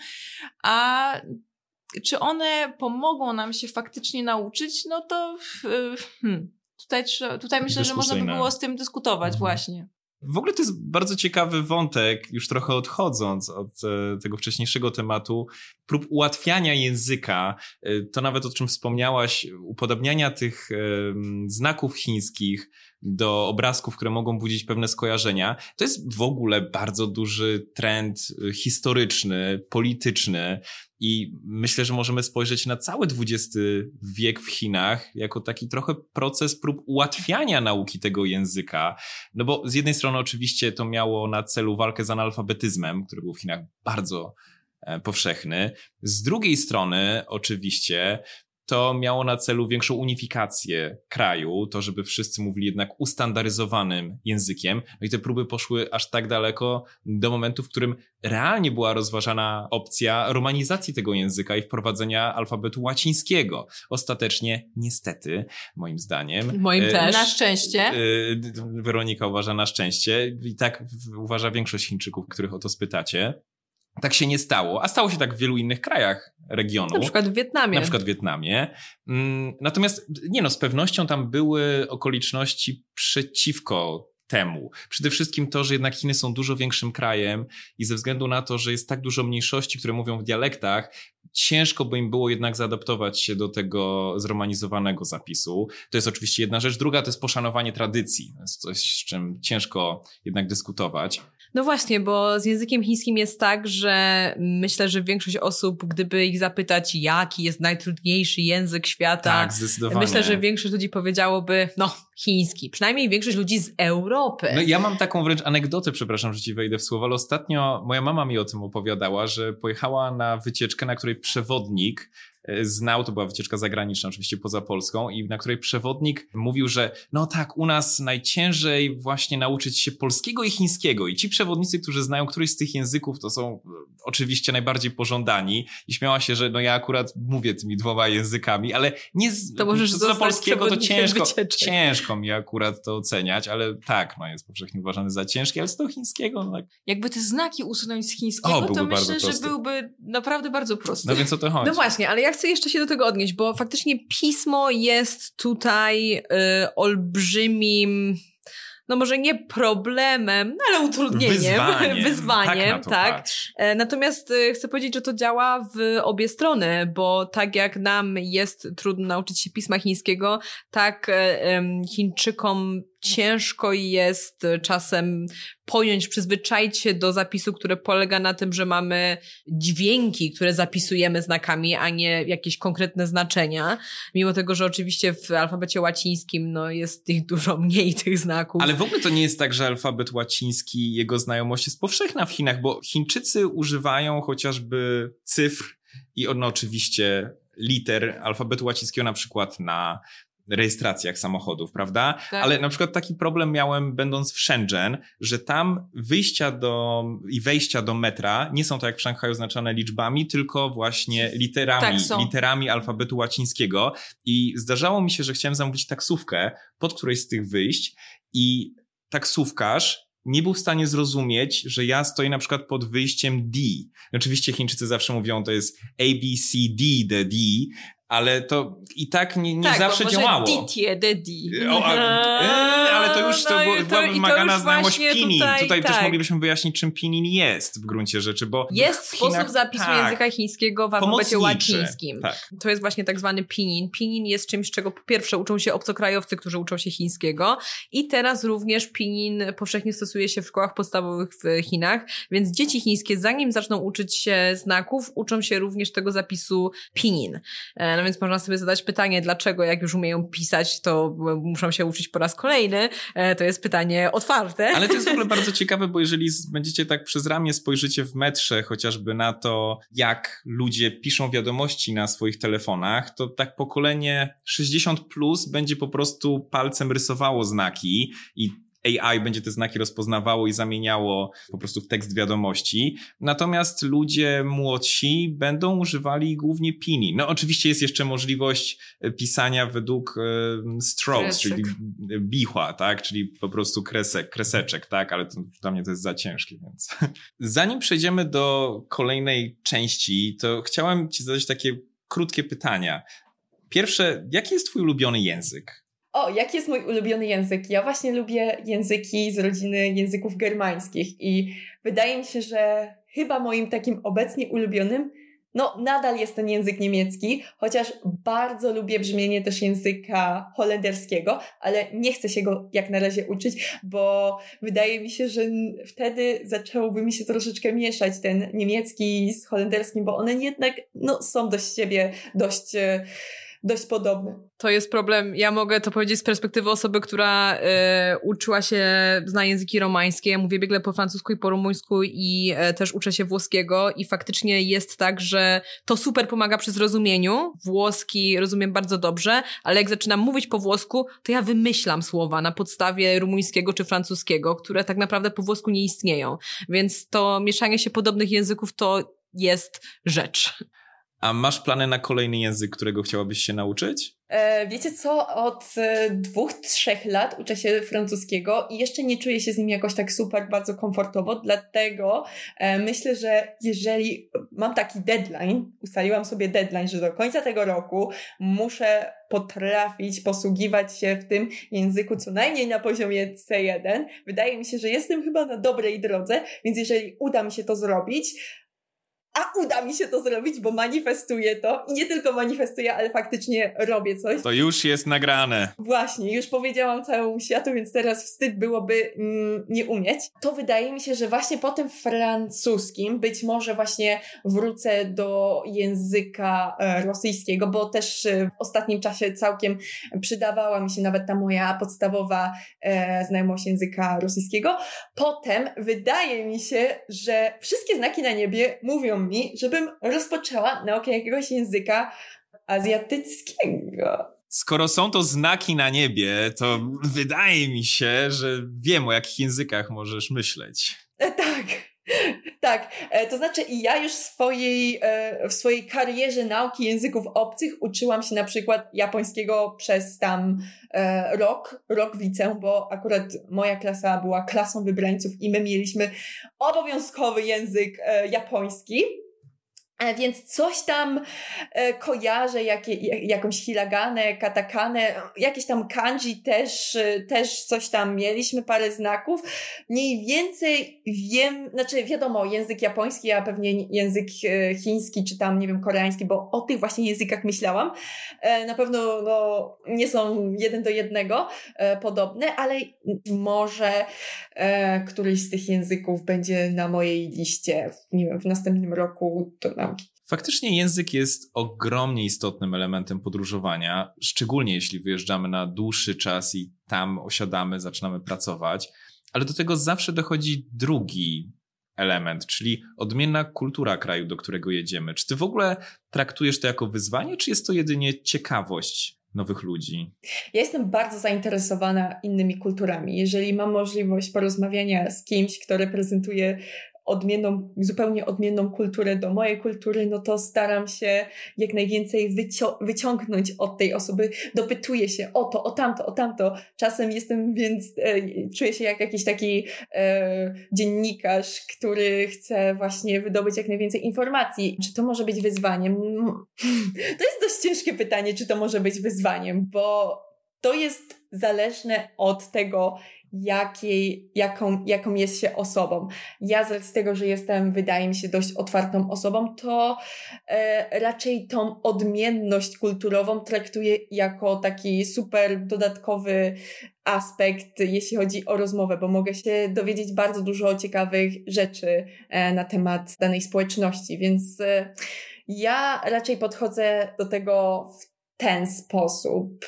S1: a czy one pomogą nam się faktycznie nauczyć, no to hmm, tutaj, tutaj myślę, że można by było z tym dyskutować mhm. właśnie.
S2: W ogóle to jest bardzo ciekawy wątek, już trochę odchodząc od e, tego wcześniejszego tematu, prób ułatwiania języka, e, to nawet o czym wspomniałaś, upodobniania tych e, znaków chińskich do obrazków, które mogą budzić pewne skojarzenia. To jest w ogóle bardzo duży trend historyczny, polityczny i myślę, że możemy spojrzeć na cały dwudziesty wiek w Chinach jako taki trochę proces prób ułatwiania nauki tego języka. No bo z jednej strony oczywiście to miało na celu walkę z analfabetyzmem, który był w Chinach bardzo e, powszechny. Z drugiej strony oczywiście to miało na celu większą unifikację kraju, to żeby wszyscy mówili jednak ustandaryzowanym językiem. No i te próby poszły aż tak daleko do momentu, w którym realnie była rozważana opcja romanizacji tego języka i wprowadzenia alfabetu łacińskiego. Ostatecznie, niestety, moim zdaniem.
S4: Moim
S2: e,
S4: też.
S1: Na szczęście.
S2: E, Weronika uważa na szczęście i tak uważa większość Chińczyków, których o to spytacie. Tak się nie stało, a stało się tak w wielu innych krajach regionu.
S4: Na przykład w Wietnamie.
S2: Na przykład w Wietnamie. Natomiast, nie no, z pewnością tam były okoliczności przeciwko temu. Przede wszystkim to, że jednak Chiny są dużo większym krajem i ze względu na to, że jest tak dużo mniejszości, które mówią w dialektach, ciężko by im było jednak zaadaptować się do tego zromanizowanego zapisu. To jest oczywiście jedna rzecz. Druga to jest poszanowanie tradycji. To jest coś, z czym ciężko jednak dyskutować.
S4: No właśnie, bo z językiem chińskim jest tak, że myślę, że większość osób, gdyby ich zapytać, jaki jest najtrudniejszy język świata,
S2: tak, zdecydowanie.
S4: Myślę, że większość ludzi powiedziałoby, no, chiński. Przynajmniej większość ludzi z Europy.
S2: No ja mam taką wręcz anegdotę, przepraszam, że ci wejdę w słowo, ale ostatnio moja mama mi o tym opowiadała, że pojechała na wycieczkę, na której przewodnik znał, to była wycieczka zagraniczna, oczywiście poza Polską, i na której przewodnik mówił, że no tak, u nas najciężej właśnie nauczyć się polskiego i chińskiego i ci przewodnicy, którzy znają któryś z tych języków, to są oczywiście najbardziej pożądani i śmiała się, że no ja akurat mówię tymi dwoma językami, ale nie z,
S4: to możesz
S2: co do polskiego to ciężko,
S4: wycieczek.
S2: ciężko mi akurat to oceniać, ale tak, no jest powszechnie uważany za ciężki, ale z tego chińskiego, no tak.
S1: Jakby te znaki usunąć z chińskiego,
S2: o,
S1: to myślę,
S2: prosty.
S1: że byłby naprawdę bardzo prosty.
S2: No więc o to chodzi.
S4: No właśnie, ale ja chcę jeszcze się do tego odnieść, bo faktycznie pismo jest tutaj y, olbrzymim, no może nie problemem, no ale utrudnieniem,
S2: wyzwaniem,
S4: wyzwaniem
S2: tak.
S4: tak. Natomiast y, chcę powiedzieć, że to działa w obie strony, bo tak jak nam jest trudno nauczyć się pisma chińskiego, tak y, y, Chińczykom ciężko jest czasem pojąć, przyzwyczaić się do zapisu, który polega na tym, że mamy dźwięki, które zapisujemy znakami, a nie jakieś konkretne znaczenia. Mimo tego, że oczywiście w alfabecie łacińskim no, jest ich dużo mniej tych znaków.
S2: Ale w ogóle to nie jest tak, że alfabet łaciński, jego znajomość jest powszechna w Chinach, bo Chińczycy używają chociażby cyfr i no, oczywiście liter alfabetu łacińskiego na przykład na rejestracjach samochodów, prawda? Tak. Ale na przykład taki problem miałem będąc w Shenzhen, że tam wyjścia do i wejścia do metra nie są tak jak w Szanghaju oznaczane liczbami, tylko właśnie literami,
S1: tak,
S2: literami alfabetu łacińskiego i zdarzało mi się, że chciałem zamówić taksówkę pod którejś z tych wyjść i taksówkarz nie był w stanie zrozumieć, że ja stoję na przykład pod wyjściem D. Oczywiście Chińczycy zawsze mówią, to jest A, B, C, D, D, D, ale to i tak nie, nie
S1: tak,
S2: zawsze
S1: bo
S2: działało.
S1: Ditie, Dedi.
S2: O, a, e, ale to już to,
S1: No
S2: było,
S1: i to-
S2: była
S1: i to
S2: wymagana
S1: już
S2: znajomość
S1: właśnie
S2: pinin.
S1: tutaj,
S2: Tutaj
S1: tak.
S2: też moglibyśmy wyjaśnić, czym pinin jest w gruncie rzeczy, bo
S4: Jest
S2: w
S4: sposób
S2: Chinach,
S4: zapisu
S2: tak,
S4: języka chińskiego w alfabecie
S2: pomocniczy.
S4: łacińskim.
S2: Tak.
S4: To jest właśnie tak zwany pinin. Pinin jest czymś, czego po pierwsze uczą się obcokrajowcy, którzy uczą się chińskiego i teraz również pinin powszechnie stosuje się w szkołach podstawowych w Chinach, więc dzieci chińskie zanim zaczną uczyć się znaków, uczą się również tego zapisu pinin. E, No więc można sobie zadać pytanie, dlaczego jak już umieją pisać, to muszą się uczyć po raz kolejny. E, To jest pytanie otwarte.
S2: Ale to jest w ogóle bardzo ciekawe, bo jeżeli z- będziecie tak przez ramię spojrzycie w metrze chociażby na to, jak ludzie piszą wiadomości na swoich telefonach, to tak pokolenie sześćdziesiąt plus będzie po prostu palcem rysowało znaki i A I będzie te znaki rozpoznawało i zamieniało po prostu w tekst wiadomości. Natomiast ludzie młodsi będą używali głównie pinin. No oczywiście jest jeszcze możliwość e, pisania według e, strokes,
S1: Kresek.
S2: czyli bichła, tak? Czyli po prostu kresek, kreseczek, tak? Ale to, dla mnie to jest za ciężkie, więc... Zanim przejdziemy do kolejnej części, to chciałem ci zadać takie krótkie pytania. Pierwsze, jaki jest twój ulubiony język?
S3: O, jaki jest mój ulubiony język? Ja właśnie lubię języki z rodziny języków germańskich i wydaje mi się, że chyba moim takim obecnie ulubionym, no nadal jest ten język niemiecki, chociaż bardzo lubię brzmienie też języka holenderskiego, ale nie chcę się go jak na razie uczyć, bo wydaje mi się, że n- wtedy zaczęłoby mi się troszeczkę mieszać ten niemiecki z holenderskim, bo one jednak no, są do siebie dość... e, dość podobne.
S4: To jest problem. Ja mogę to powiedzieć z perspektywy osoby, która e, uczyła się, zna języki romańskie. Ja mówię biegle po francusku i po rumuńsku i e, też uczę się włoskiego i faktycznie jest tak, że to super pomaga przy zrozumieniu. Włoski rozumiem bardzo dobrze, ale jak zaczynam mówić po włosku, to ja wymyślam słowa na podstawie rumuńskiego czy francuskiego, które tak naprawdę po włosku nie istnieją. Więc to mieszanie się podobnych języków to jest rzecz.
S2: A masz plany na kolejny język, którego chciałabyś się nauczyć?
S3: E, wiecie co? Od e, dwóch, trzech lat uczę się francuskiego i jeszcze nie czuję się z nim jakoś tak super bardzo komfortowo, dlatego e, myślę, że jeżeli mam taki deadline, ustaliłam sobie deadline, że do końca tego roku muszę potrafić posługiwać się w tym języku co najmniej na poziomie C jeden. Wydaje mi się, że jestem chyba na dobrej drodze, więc jeżeli uda mi się to zrobić, a uda mi się to zrobić, bo manifestuję to i nie tylko manifestuję, ale faktycznie robię coś.
S2: To już jest nagrane.
S3: Właśnie, już powiedziałam całemu światu, więc teraz wstyd byłoby mm, nie umieć. To wydaje mi się, że właśnie po tym francuskim być może właśnie wrócę do języka e, rosyjskiego, bo też e, w ostatnim czasie całkiem przydawała mi się nawet ta moja podstawowa e, znajomość języka rosyjskiego. Potem wydaje mi się, że wszystkie znaki na niebie mówią mi, żebym rozpoczęła naukę jakiegoś języka azjatyckiego.
S2: Skoro są to znaki na niebie, to wydaje mi się, że wiem, o jakich językach możesz myśleć.
S3: E, tak, tak. E, to znaczy i ja już w swojej, e, w swojej karierze nauki języków obcych uczyłam się na przykład japońskiego przez tam e, rok, rok w liceum, bo akurat moja klasa była klasą wybrańców i my mieliśmy obowiązkowy język e, japoński. E, Więc coś tam e, kojarzę, jakie, jakąś hiraganę, katakanę, jakieś tam kanji też, e, też coś tam mieliśmy, parę znaków. Mniej więcej wiem, znaczy wiadomo, język japoński, a pewnie język e, chiński, czy tam, nie wiem, koreański, bo o tych właśnie językach myślałam. E, na pewno no, nie są jeden do jednego e, podobne, ale może e, któryś z tych języków będzie na mojej liście, nie wiem, w następnym roku do nauki.
S2: Faktycznie język jest ogromnie istotnym elementem podróżowania, szczególnie jeśli wyjeżdżamy na dłuższy czas i tam osiadamy, zaczynamy pracować, ale do tego zawsze dochodzi drugi element, czyli odmienna kultura kraju, do którego jedziemy. Czy ty w ogóle traktujesz to jako wyzwanie, czy jest to jedynie ciekawość nowych ludzi?
S3: Ja jestem bardzo zainteresowana innymi kulturami. Jeżeli mam możliwość porozmawiania z kimś, kto reprezentuje odmienną, zupełnie odmienną kulturę do mojej kultury, no to staram się jak najwięcej wycio- wyciągnąć od tej osoby, dopytuję się o to, o tamto, o tamto. Czasem jestem więc, e, czuję się jak jakiś taki e, dziennikarz, który chce właśnie wydobyć jak najwięcej informacji. Czy to może być wyzwaniem? To jest dość ciężkie pytanie, czy to może być wyzwaniem, bo to jest zależne od tego, jakiej, jaką, jaką jest się osobą. Ja z racji tego, że jestem, wydaje mi się, dość otwartą osobą, to e, raczej tą odmienność kulturową traktuję jako taki super dodatkowy aspekt, jeśli chodzi o rozmowę, bo mogę się dowiedzieć bardzo dużo ciekawych rzeczy e, na temat danej społeczności, więc e, ja raczej podchodzę do tego w ten sposób.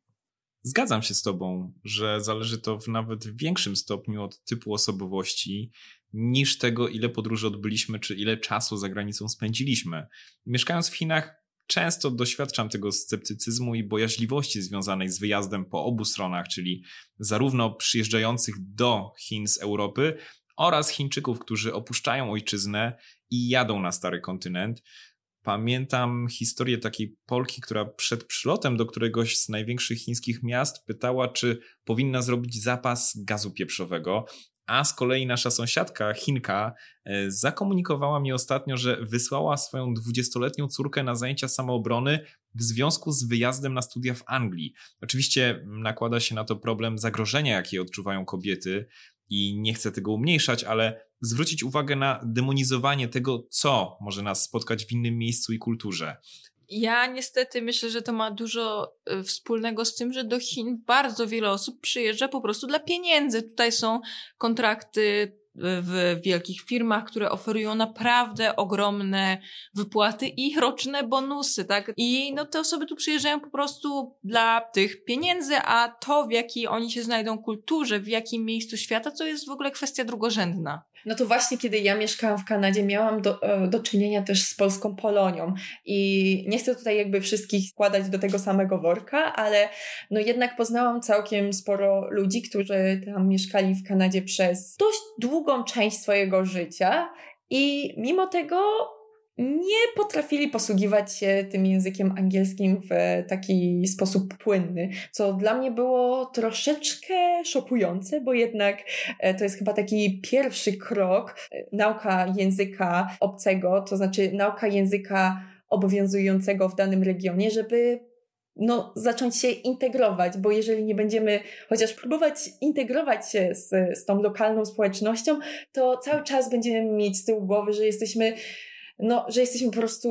S2: Zgadzam się z tobą, że zależy to w nawet większym stopniu od typu osobowości niż tego, ile podróży odbyliśmy, czy ile czasu za granicą spędziliśmy. Mieszkając w Chinach, często doświadczam tego sceptycyzmu i bojaźliwości związanej z wyjazdem po obu stronach, czyli zarówno przyjeżdżających do Chin z Europy oraz Chińczyków, którzy opuszczają ojczyznę i jadą na stary kontynent. Pamiętam historię takiej Polki, która przed przylotem do któregoś z największych chińskich miast pytała, czy powinna zrobić zapas gazu pieprzowego, a z kolei nasza sąsiadka, Chinka, zakomunikowała mi ostatnio, że wysłała swoją dwudziestoletnią córkę na zajęcia samoobrony w związku z wyjazdem na studia w Anglii. Oczywiście nakłada się na to problem zagrożenia, jakie odczuwają kobiety i nie chcę tego umniejszać, ale zwrócić uwagę na demonizowanie tego, co może nas spotkać w innym miejscu i kulturze.
S1: Ja niestety myślę, że to ma dużo wspólnego z tym, że do Chin bardzo wiele osób przyjeżdża po prostu dla pieniędzy. Tutaj są kontrakty w wielkich firmach, które oferują naprawdę ogromne wypłaty i roczne bonusy, tak? I no te osoby tu przyjeżdżają po prostu dla tych pieniędzy, a to, w jakiej oni się znajdą kulturze, w jakim miejscu świata, to jest w ogóle kwestia drugorzędna.
S3: No to właśnie kiedy ja mieszkałam w Kanadzie, miałam do, do czynienia też z polską Polonią i nie chcę tutaj jakby wszystkich składać do tego samego worka, ale no jednak poznałam całkiem sporo ludzi, którzy tam mieszkali w Kanadzie przez dość długą część swojego życia i mimo tego nie potrafili posługiwać się tym językiem angielskim w taki sposób płynny, co dla mnie było troszeczkę szokujące, bo jednak to jest chyba taki pierwszy krok, nauka języka obcego, to znaczy nauka języka obowiązującego w danym regionie, żeby no, zacząć się integrować, bo jeżeli nie będziemy chociaż próbować integrować się z, z tą lokalną społecznością, to cały czas będziemy mieć z tyłu głowy, że jesteśmy no, że jesteśmy po prostu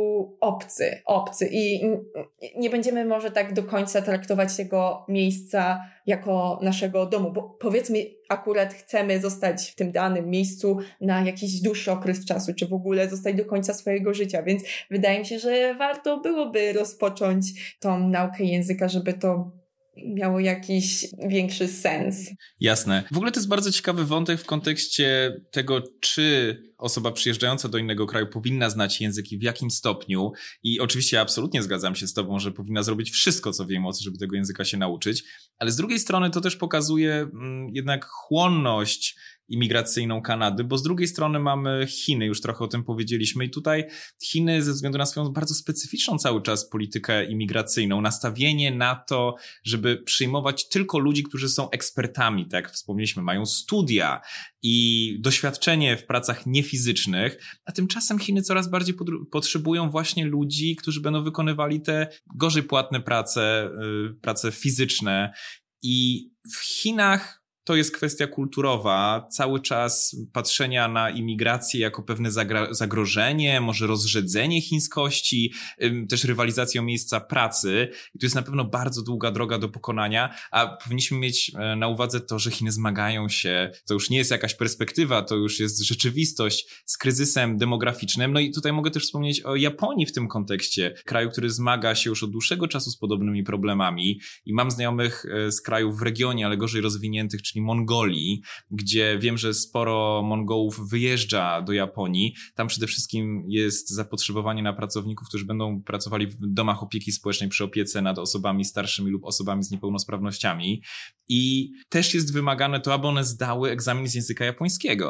S3: obcy, obcy i nie będziemy może tak do końca traktować tego miejsca jako naszego domu, bo powiedzmy akurat chcemy zostać w tym danym miejscu na jakiś dłuższy okres czasu, czy w ogóle zostać do końca swojego życia, więc wydaje mi się, że warto byłoby rozpocząć tą naukę języka, żeby to miało jakiś większy sens.
S2: Jasne. W ogóle to jest bardzo ciekawy wątek w kontekście tego, czy osoba przyjeżdżająca do innego kraju powinna znać język i w jakim stopniu. I oczywiście ja absolutnie zgadzam się z tobą, że powinna zrobić wszystko, co w jej mocy, żeby tego języka się nauczyć. Ale z drugiej strony to też pokazuje mm, jednak chłonność imigracyjną Kanady, bo z drugiej strony mamy Chiny, już trochę o tym powiedzieliśmy i tutaj Chiny ze względu na swoją bardzo specyficzną cały czas politykę imigracyjną, nastawienie na to, żeby przyjmować tylko ludzi, którzy są ekspertami, tak jak wspomnieliśmy, mają studia i doświadczenie w pracach niefizycznych, a tymczasem Chiny coraz bardziej pod- potrzebują właśnie ludzi, którzy będą wykonywali te gorzej płatne prace, yy, prace fizyczne i w Chinach to jest kwestia kulturowa, cały czas patrzenia na imigrację jako pewne zagra- zagrożenie, może rozrzedzenie chińskości, ym, też rywalizację o miejsca pracy. I to jest na pewno bardzo długa droga do pokonania, a powinniśmy mieć e, na uwadze to, że Chiny zmagają się, to już nie jest jakaś perspektywa, to już jest rzeczywistość z kryzysem demograficznym. No i tutaj mogę też wspomnieć o Japonii w tym kontekście, kraju, który zmaga się już od dłuższego czasu z podobnymi problemami i mam znajomych e, z krajów w regionie, ale gorzej rozwiniętych, czyli Mongolii, gdzie wiem, że sporo Mongołów wyjeżdża do Japonii. Tam przede wszystkim jest zapotrzebowanie na pracowników, którzy będą pracowali w domach opieki społecznej przy opiece nad osobami starszymi lub osobami z niepełnosprawnościami. I też jest wymagane to, aby one zdały egzamin z języka japońskiego.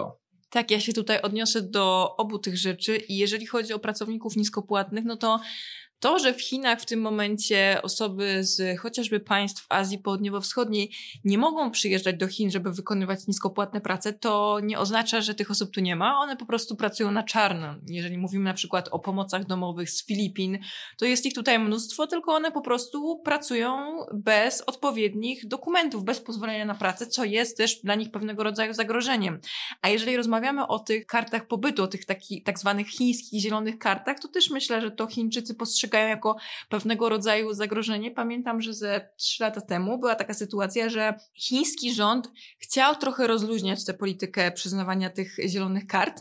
S1: Tak, ja się tutaj odniosę do obu tych rzeczy i jeżeli chodzi o pracowników niskopłatnych, no to to, że w Chinach w tym momencie osoby z chociażby państw Azji Południowo-Wschodniej nie mogą przyjeżdżać do Chin, żeby wykonywać niskopłatne prace, to nie oznacza, że tych osób tu nie ma. One po prostu pracują na czarno. Jeżeli mówimy na przykład o pomocach domowych z Filipin, to jest ich tutaj mnóstwo, tylko one po prostu pracują bez odpowiednich dokumentów, bez pozwolenia na pracę, co jest też dla nich pewnego rodzaju zagrożeniem. A jeżeli rozmawiamy o tych kartach pobytu, o tych takich tak zwanych chińskich zielonych kartach, to też myślę, że to Chińczycy postrzegają jako pewnego rodzaju zagrożenie. Pamiętam, że ze trzy lata temu była taka sytuacja, że chiński rząd chciał trochę rozluźniać tę politykę przyznawania tych zielonych kart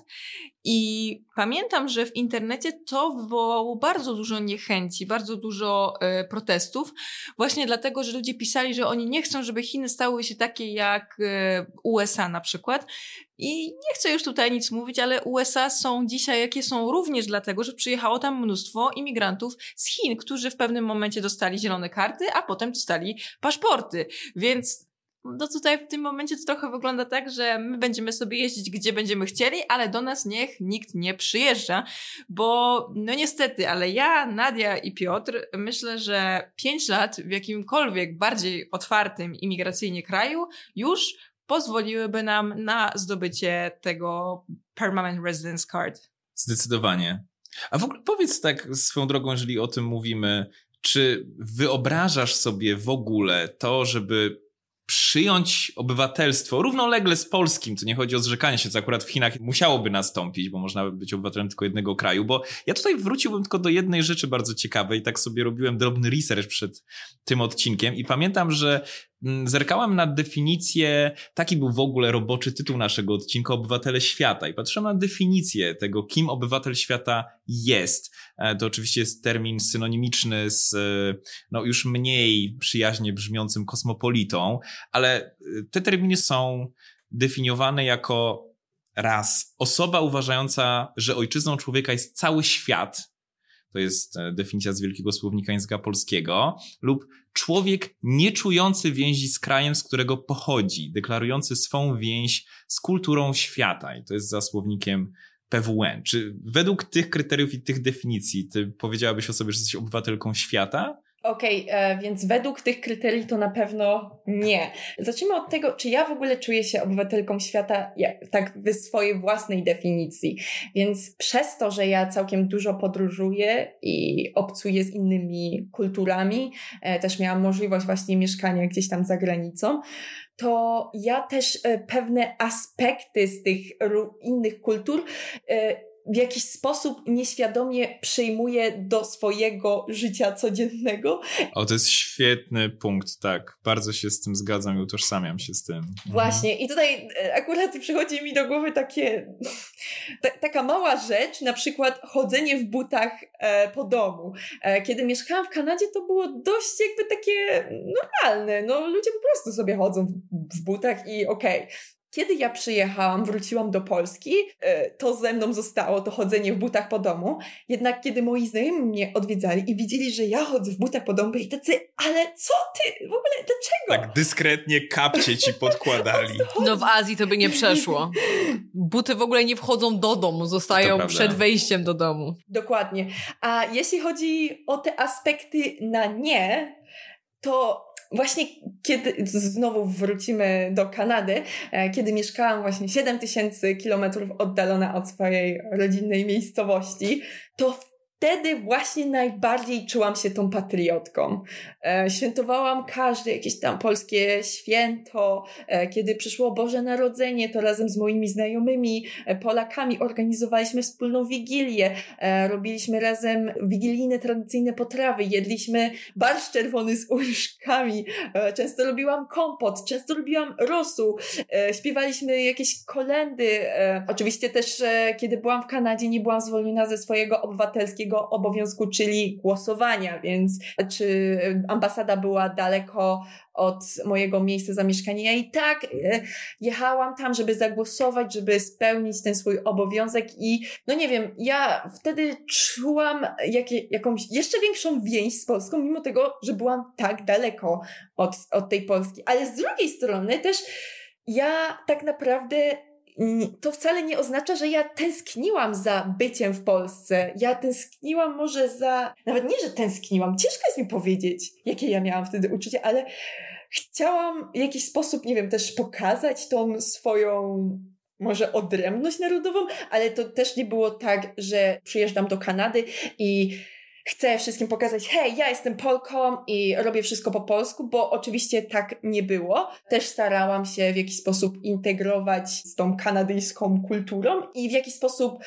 S1: i pamiętam, że w internecie to wywołało bardzo dużo niechęci, bardzo dużo e, protestów, właśnie dlatego, że ludzie pisali, że oni nie chcą, żeby Chiny stały się takie jak e, U S A na przykład. I nie chcę już tutaj nic mówić, ale U S A są dzisiaj jakie są również dlatego, że przyjechało tam mnóstwo imigrantów z Chin, którzy w pewnym momencie dostali zielone karty, a potem dostali paszporty. Więc no tutaj w tym momencie to trochę wygląda tak, że my będziemy sobie jeździć gdzie będziemy chcieli, ale do nas niech nikt nie przyjeżdża, bo no niestety, ale ja, Nadia i Piotr myślę, że pięć lat w jakimkolwiek bardziej otwartym imigracyjnie kraju już pozwoliłyby nam na zdobycie tego Permanent Residence Card.
S2: Zdecydowanie. A w ogóle powiedz tak swoją drogą, jeżeli o tym mówimy, czy wyobrażasz sobie w ogóle to, żeby przyjąć obywatelstwo równolegle z polskim, to nie chodzi o zrzekanie się, co akurat w Chinach musiałoby nastąpić, bo można być obywatelem tylko jednego kraju, bo ja tutaj wróciłbym tylko do jednej rzeczy bardzo ciekawej, tak sobie robiłem drobny research przed tym odcinkiem i pamiętam, że zerkałem na definicję, taki był w ogóle roboczy tytuł naszego odcinka, Obywatele Świata i patrzyłem na definicję tego, kim obywatel świata jest. To oczywiście jest termin synonimiczny z no, już mniej przyjaźnie brzmiącym kosmopolitą, ale te terminy są definiowane jako raz osoba uważająca, że ojczyzną człowieka jest cały świat, to jest definicja z Wielkiego Słownika Języka Polskiego, lub człowiek nieczujący więzi z krajem, z którego pochodzi, deklarujący swą więź z kulturą świata. I to jest za słownikiem P W N. Czy według tych kryteriów i tych definicji ty powiedziałabyś o sobie, że jesteś obywatelką świata?
S3: Okej, okay, więc według tych kryteriów to na pewno nie. Zacznijmy od tego, czy ja w ogóle czuję się obywatelką świata tak w swojej własnej definicji. Więc przez to, że ja całkiem dużo podróżuję i obcuję z innymi kulturami, też miałam możliwość właśnie mieszkania gdzieś tam za granicą, to ja też pewne aspekty z tych innych kultur w jakiś sposób nieświadomie przyjmuję do swojego życia codziennego.
S2: O, to jest świetny punkt, tak. Bardzo się z tym zgadzam i utożsamiam się z tym.
S3: Właśnie. I tutaj akurat przychodzi mi do głowy takie ta, taka mała rzecz, na przykład chodzenie w butach e, po domu. E, kiedy mieszkałam w Kanadzie, to było dość jakby takie normalne. No, ludzie po prostu sobie chodzą w, w butach i okej. Okay. Kiedy ja przyjechałam, wróciłam do Polski, to ze mną zostało to chodzenie w butach po domu. Jednak kiedy moi znajomi mnie odwiedzali i widzieli, że ja chodzę w butach po domu, byli tacy, ale co ty? W ogóle dlaczego?
S2: Tak dyskretnie kapcie ci podkładali.
S4: No w Azji to by nie przeszło. Buty w ogóle nie wchodzą do domu, zostają przed wejściem do domu.
S3: Dokładnie. A jeśli chodzi o te aspekty na nie, to właśnie kiedy, znowu wrócimy do Kanady, kiedy mieszkałam właśnie siedem tysięcy kilometrów oddalona od swojej rodzinnej miejscowości, to wtedy właśnie najbardziej czułam się tą patriotką. E, świętowałam każde jakieś tam polskie święto. E, kiedy przyszło Boże Narodzenie, to razem z moimi znajomymi e, Polakami organizowaliśmy wspólną wigilię. E, robiliśmy razem wigilijne, tradycyjne potrawy. Jedliśmy barszcz czerwony z orzeszkami. E, często robiłam kompot, często robiłam rosół. E, śpiewaliśmy jakieś kolendy. E, oczywiście też, e, kiedy byłam w Kanadzie, nie byłam zwolniona ze swojego obywatelskiego obowiązku, czyli głosowania, więc czy ambasada była daleko od mojego miejsca zamieszkania, ja i tak jechałam tam, żeby zagłosować, żeby spełnić ten swój obowiązek i no nie wiem, ja wtedy czułam jakie, jakąś jeszcze większą więź z Polską, mimo tego, że byłam tak daleko od, od tej Polski, ale z drugiej strony też ja tak naprawdę to wcale nie oznacza, że ja tęskniłam za byciem w Polsce. Ja tęskniłam może za... Nawet nie, że tęskniłam. Ciężko jest mi powiedzieć, jakie ja miałam wtedy uczucie, ale chciałam w jakiś sposób, nie wiem, też pokazać tą swoją może odrębność narodową, ale to też nie było tak, że przyjeżdżam do Kanady i chcę wszystkim pokazać, hej, ja jestem Polką i robię wszystko po polsku, bo oczywiście tak nie było. Też starałam się w jakiś sposób integrować z tą kanadyjską kulturą i w jakiś sposób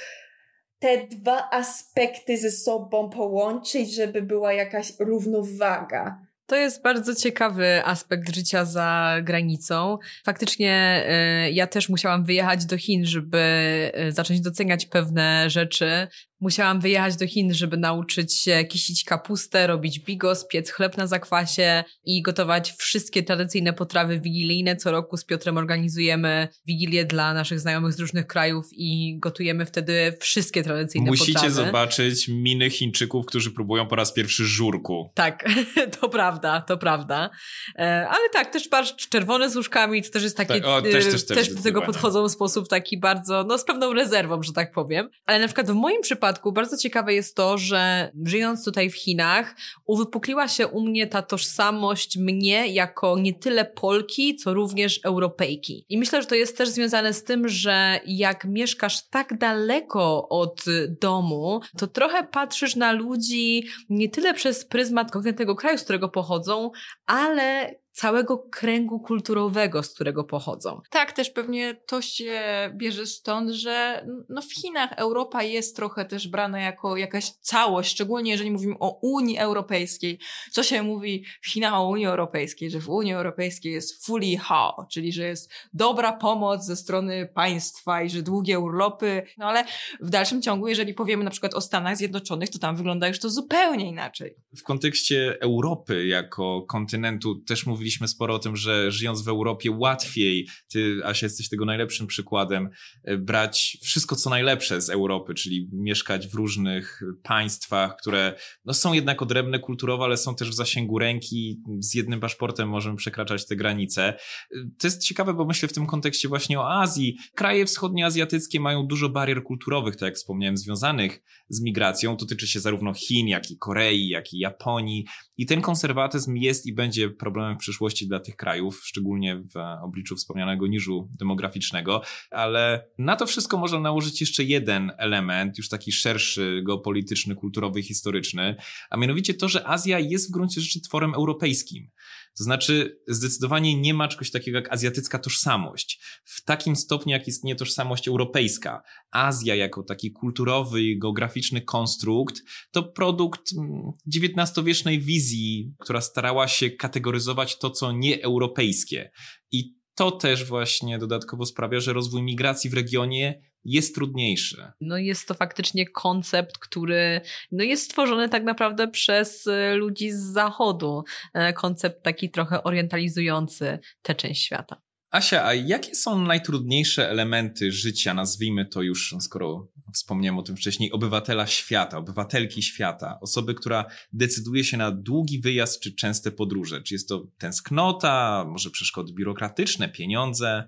S3: te dwa aspekty ze sobą połączyć, żeby była jakaś równowaga.
S4: To jest bardzo ciekawy aspekt życia za granicą. Faktycznie y, ja też musiałam wyjechać do Chin, żeby y, zacząć doceniać pewne rzeczy. Musiałam wyjechać do Chin, żeby nauczyć się kisić kapustę, robić bigos, piec chleb na zakwasie i gotować wszystkie tradycyjne potrawy wigilijne. Co roku z Piotrem organizujemy wigilię dla naszych znajomych z różnych krajów i gotujemy wtedy wszystkie tradycyjne
S2: Musicie
S4: potrawy.
S2: Musicie zobaczyć miny Chińczyków, którzy próbują po raz pierwszy żurku.
S4: Tak, to prawda, to prawda. Ale tak, też barszcz czerwony z łóżkami, to też jest taki...
S2: Tak, o, też, też, też,
S4: też do tego podchodzą w sposób taki bardzo, no z pewną rezerwą, że tak powiem. Ale na przykład w moim przypadku bardzo ciekawe jest to, że żyjąc tutaj w Chinach, uwypukliła się u mnie ta tożsamość mnie jako nie tyle Polki, co również Europejki. I myślę, że to jest też związane z tym, że jak mieszkasz tak daleko od domu, to trochę patrzysz na ludzi nie tyle przez pryzmat konkretnego kraju, z którego pochodzą, ale całego kręgu kulturowego, z którego pochodzą.
S1: Tak, też pewnie to się bierze stąd, że no w Chinach Europa jest trochę też brana jako jakaś całość, szczególnie jeżeli mówimy o Unii Europejskiej. Co się mówi w Chinach o Unii Europejskiej? Że w Unii Europejskiej jest fully hao, czyli że jest dobra pomoc ze strony państwa i że długie urlopy, no ale w dalszym ciągu, jeżeli powiemy na przykład o Stanach Zjednoczonych, to tam wygląda już to zupełnie inaczej.
S2: W kontekście Europy jako kontynentu też mówiliśmy sporo o tym, że żyjąc w Europie łatwiej, ty, Asia, jesteś tego najlepszym przykładem, brać wszystko co najlepsze z Europy, czyli mieszkać w różnych państwach, które no, są jednak odrębne kulturowo, ale są też w zasięgu ręki. Z jednym paszportem możemy przekraczać te granice. To jest ciekawe, bo myślę w tym kontekście właśnie o Azji. Kraje wschodnioazjatyckie mają dużo barier kulturowych, tak jak wspomniałem, związanych z migracją. To tyczy się zarówno Chin, jak i Korei, jak i Japonii. I ten konserwatyzm jest i będzie problemem w przyszłości dla tych krajów, szczególnie w obliczu wspomnianego niżu demograficznego, ale na to wszystko można nałożyć jeszcze jeden element, już taki szerszy, geopolityczny, kulturowy, historyczny, a mianowicie to, że Azja jest w gruncie rzeczy tworem europejskim. To znaczy zdecydowanie nie ma czegoś takiego jak azjatycka tożsamość. W takim stopniu, jak istnieje tożsamość europejska. Azja jako taki kulturowy i geograficzny konstrukt to produkt dziewiętnastowiecznej wizji, która starała się kategoryzować to, co nieeuropejskie. I to też właśnie dodatkowo sprawia, że rozwój migracji w regionie jest trudniejszy.
S4: No jest to faktycznie koncept, który no jest stworzony tak naprawdę przez ludzi z zachodu. Koncept taki trochę orientalizujący tę część świata.
S2: Asia, a jakie są najtrudniejsze elementy życia, nazwijmy to już, skoro wspomniałem o tym wcześniej, obywatela świata, obywatelki świata, osoby, która decyduje się na długi wyjazd czy częste podróże? Czy jest to tęsknota, może przeszkody biurokratyczne, pieniądze?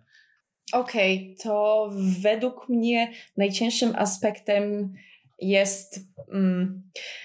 S3: Okej, okay, to według mnie najcięższym aspektem jest... Mm,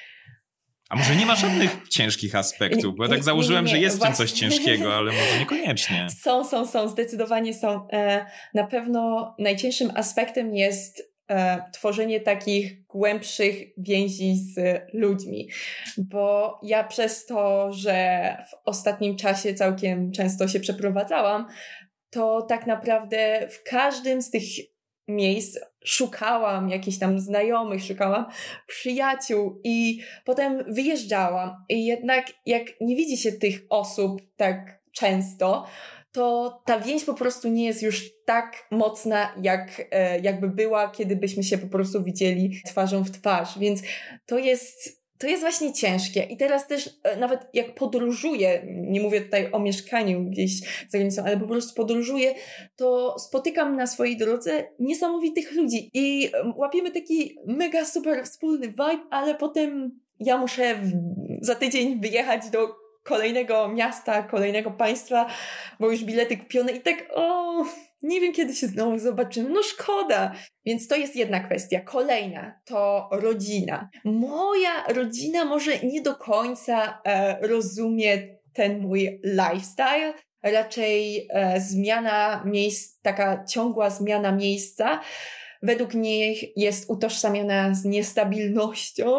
S2: A może nie ma żadnych ciężkich aspektów? Bo ja tak założyłem, nie, nie, nie. że jest w tym coś ciężkiego, ale może niekoniecznie.
S3: Są, są, są, zdecydowanie są. E, na pewno najcięższym aspektem jest e, tworzenie takich głębszych więzi z ludźmi. Bo ja przez to, że w ostatnim czasie całkiem często się przeprowadzałam, to tak naprawdę w każdym z tych miejsc szukałam jakichś tam znajomych, szukałam przyjaciół i potem wyjeżdżałam. I jednak jak nie widzi się tych osób tak często, to ta więź po prostu nie jest już tak mocna, jak e, jakby była, kiedy byśmy się po prostu widzieli twarzą w twarz. Więc to jest... To jest właśnie ciężkie i teraz też e, nawet jak podróżuję, nie mówię tutaj o mieszkaniu gdzieś za granicą, ale po prostu podróżuję, to spotykam na swojej drodze niesamowitych ludzi i łapiemy taki mega super wspólny vibe, ale potem ja muszę w, za tydzień wyjechać do kolejnego miasta, kolejnego państwa, bo już bilety kupione i tak o... nie wiem, kiedy się znowu zobaczymy, no szkoda. Więc to jest jedna kwestia. Kolejna to rodzina. Moja rodzina może nie do końca e, rozumie ten mój lifestyle, raczej e, zmiana miejsc, taka ciągła zmiana miejsca według nich jest utożsamiana z niestabilnością,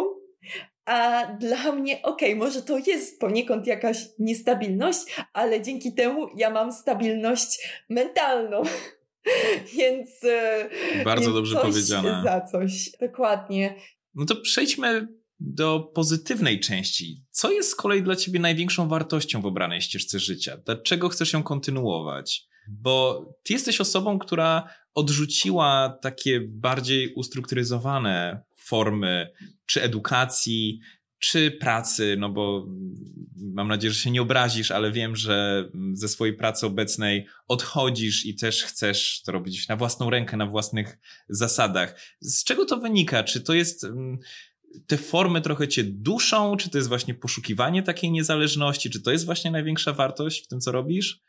S3: a dla mnie, okej, okay, może to jest poniekąd jakaś niestabilność, ale dzięki temu ja mam stabilność mentalną. Więc
S2: bardzo
S3: więc
S2: dobrze
S3: coś
S2: powiedziane.
S3: Za coś, dokładnie.
S2: No to przejdźmy do pozytywnej części. Co jest z kolei dla ciebie największą wartością w obranej ścieżce życia? Dlaczego chcesz ją kontynuować? Bo ty jesteś osobą, która odrzuciła takie bardziej ustrukturyzowane formy czy edukacji, czy pracy, no bo mam nadzieję, że się nie obrazisz, ale wiem, że ze swojej pracy obecnej odchodzisz i też chcesz to robić na własną rękę, na własnych zasadach. Z czego to wynika? Czy to jest... te formy trochę cię duszą? Czy to jest właśnie poszukiwanie takiej niezależności? Czy to jest właśnie największa wartość w tym, co robisz?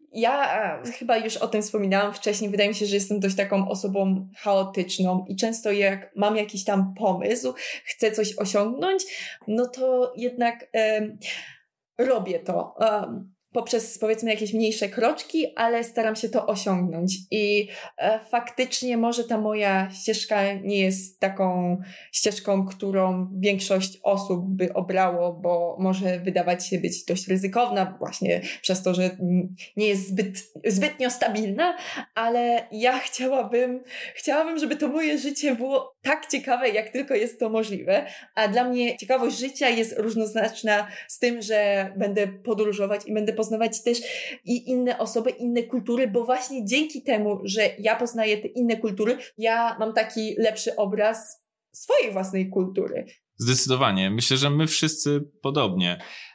S3: Ja chyba już o tym wspominałam wcześniej. Wydaje mi się, że jestem dość taką osobą chaotyczną i często jak mam jakiś tam pomysł, chcę coś osiągnąć, no to jednak um, robię to. Um, poprzez powiedzmy jakieś mniejsze kroczki, ale staram się to osiągnąć i e, faktycznie może ta moja ścieżka nie jest taką ścieżką, którą większość osób by obrało, bo może wydawać się być dość ryzykowna właśnie przez to, że nie jest zbyt, zbytnio stabilna, ale ja chciałabym, chciałabym, żeby to moje życie było tak ciekawe, jak tylko jest to możliwe, a dla mnie ciekawość życia jest równoznaczna z tym, że będę podróżować i będę poznawać też i inne osoby, inne kultury, bo właśnie dzięki temu, że ja poznaję te inne kultury, ja mam taki lepszy obraz swojej własnej kultury.
S2: Zdecydowanie. Myślę, że my wszyscy podobnie.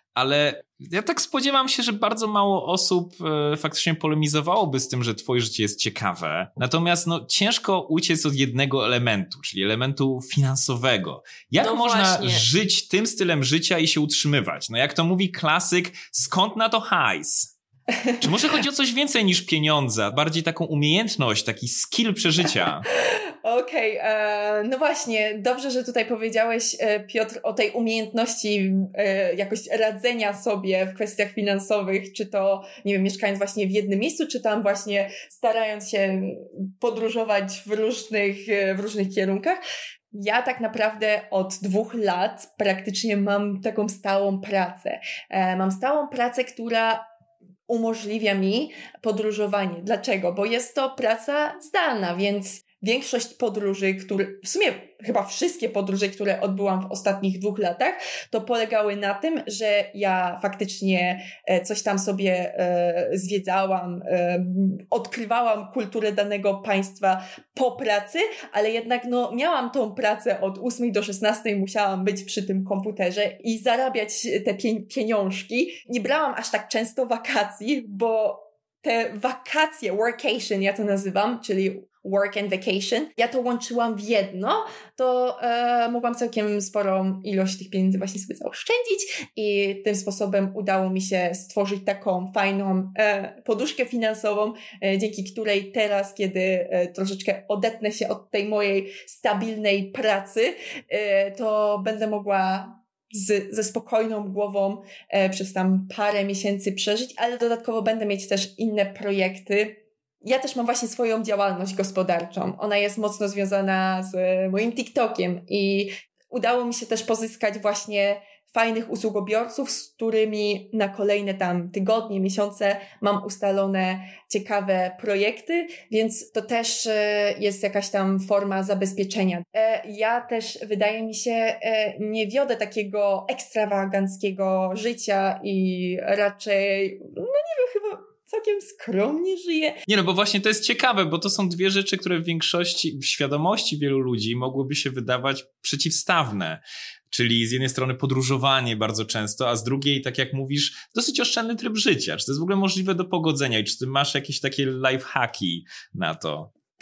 S2: Ale ja tak spodziewam się, że bardzo mało osób e, faktycznie polemizowałoby z tym, że twoje życie jest ciekawe. Natomiast no, ciężko uciec od jednego elementu, czyli elementu finansowego. Jak
S1: no
S2: można
S1: właśnie.
S2: żyć tym stylem życia i się utrzymywać? No jak to mówi klasyk, skąd na to hajs? Czy może chodzi o coś więcej niż pieniądze? Bardziej taką umiejętność, taki skill przeżycia?
S3: Okej, okay, no właśnie, dobrze, że tutaj powiedziałeś, Piotr, o tej umiejętności e, jakoś radzenia sobie w kwestiach finansowych, czy to, nie wiem, mieszkając właśnie w jednym miejscu, czy tam właśnie starając się podróżować w różnych, w różnych kierunkach. Ja tak naprawdę od dwóch lat praktycznie mam taką stałą pracę. E, mam stałą pracę, która umożliwia mi podróżowanie. Dlaczego? Bo jest to praca zdalna, więc większość podróży, które, w sumie chyba wszystkie podróże, które odbyłam w ostatnich dwóch latach, to polegały na tym, że ja faktycznie coś tam sobie e, zwiedzałam, e, odkrywałam kulturę danego państwa po pracy, ale jednak no, miałam tą pracę od ósmej do szesnastej, musiałam być przy tym komputerze i zarabiać te pie- pieniążki. Nie brałam aż tak często wakacji, bo te wakacje, workation ja to nazywam, czyli work and vacation, ja to łączyłam w jedno, to e, mogłam całkiem sporą ilość tych pieniędzy właśnie sobie zaoszczędzić i tym sposobem udało mi się stworzyć taką fajną e, poduszkę finansową, e, dzięki której teraz, kiedy e, troszeczkę odetnę się od tej mojej stabilnej pracy, e, to będę mogła Z, ze spokojną głową e, przez tam parę miesięcy przeżyć, ale dodatkowo będę mieć też inne projekty. Ja też mam właśnie swoją działalność gospodarczą. Ona jest mocno związana z moim TikTokiem i udało mi się też pozyskać właśnie fajnych usługobiorców, z którymi na kolejne tam tygodnie, miesiące mam ustalone ciekawe projekty, więc to też jest jakaś tam forma zabezpieczenia. Ja też, wydaje mi się, nie wiodę takiego ekstrawaganckiego życia i raczej, no nie wiem, chyba całkiem skromnie żyję.
S2: Nie no, bo właśnie to jest ciekawe, bo to są dwie rzeczy, które w większości, w świadomości wielu ludzi mogłyby się wydawać przeciwstawne. Czyli z jednej strony podróżowanie bardzo często, a z drugiej, tak jak mówisz, dosyć oszczędny tryb życia. Czy to jest w ogóle możliwe do pogodzenia i czy ty masz jakieś takie lifehacki na to?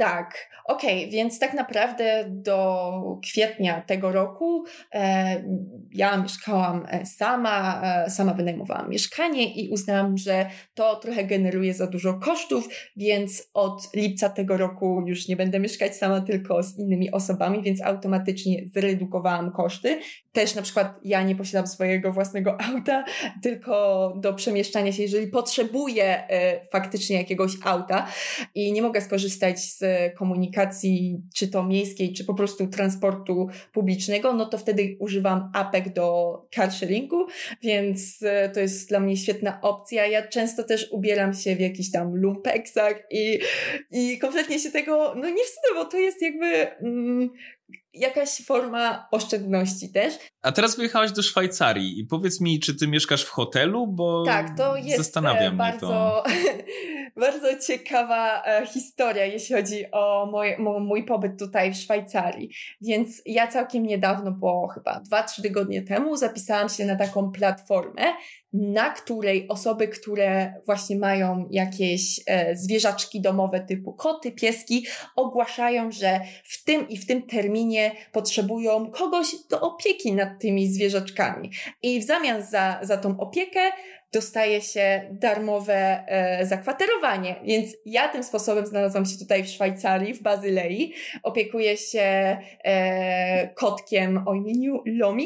S3: Tak, okej, okay, więc tak naprawdę do kwietnia tego roku e, ja mieszkałam sama, e, sama wynajmowałam mieszkanie i uznałam, że to trochę generuje za dużo kosztów, więc od lipca tego roku już nie będę mieszkać sama, tylko z innymi osobami, więc automatycznie zredukowałam koszty. Też na przykład ja nie posiadam swojego własnego auta, tylko do przemieszczania się, jeżeli potrzebuję e, faktycznie jakiegoś auta i nie mogę skorzystać z komunikacji, czy to miejskiej, czy po prostu transportu publicznego, no to wtedy używam apek do carsharingu, więc to jest dla mnie świetna opcja. Ja często też ubieram się w jakichś tam lumpeksach i, i kompletnie się tego no nie wstydzę, bo to jest jakby mm, jakaś forma oszczędności też.
S2: A teraz wyjechałaś do Szwajcarii i powiedz mi, czy ty mieszkasz w hotelu, bo
S3: tak, to jest
S2: zastanawia mnie
S3: bardzo,
S2: to.
S3: bardzo ciekawa e, historia, jeśli chodzi o mój, mój pobyt tutaj w Szwajcarii. Więc ja całkiem niedawno, bo chyba dwa, trzy tygodnie temu zapisałam się na taką platformę, na której osoby, które właśnie mają jakieś e, zwierzaczki domowe typu koty, pieski, ogłaszają, że w tym i w tym terminie potrzebują kogoś do opieki nad tymi zwierzaczkami. I w zamian za, za tą opiekę dostaje się darmowe e, zakwaterowanie. Więc ja tym sposobem znalazłam się tutaj w Szwajcarii, w Bazylei. Opiekuję się e, kotkiem o imieniu Lomi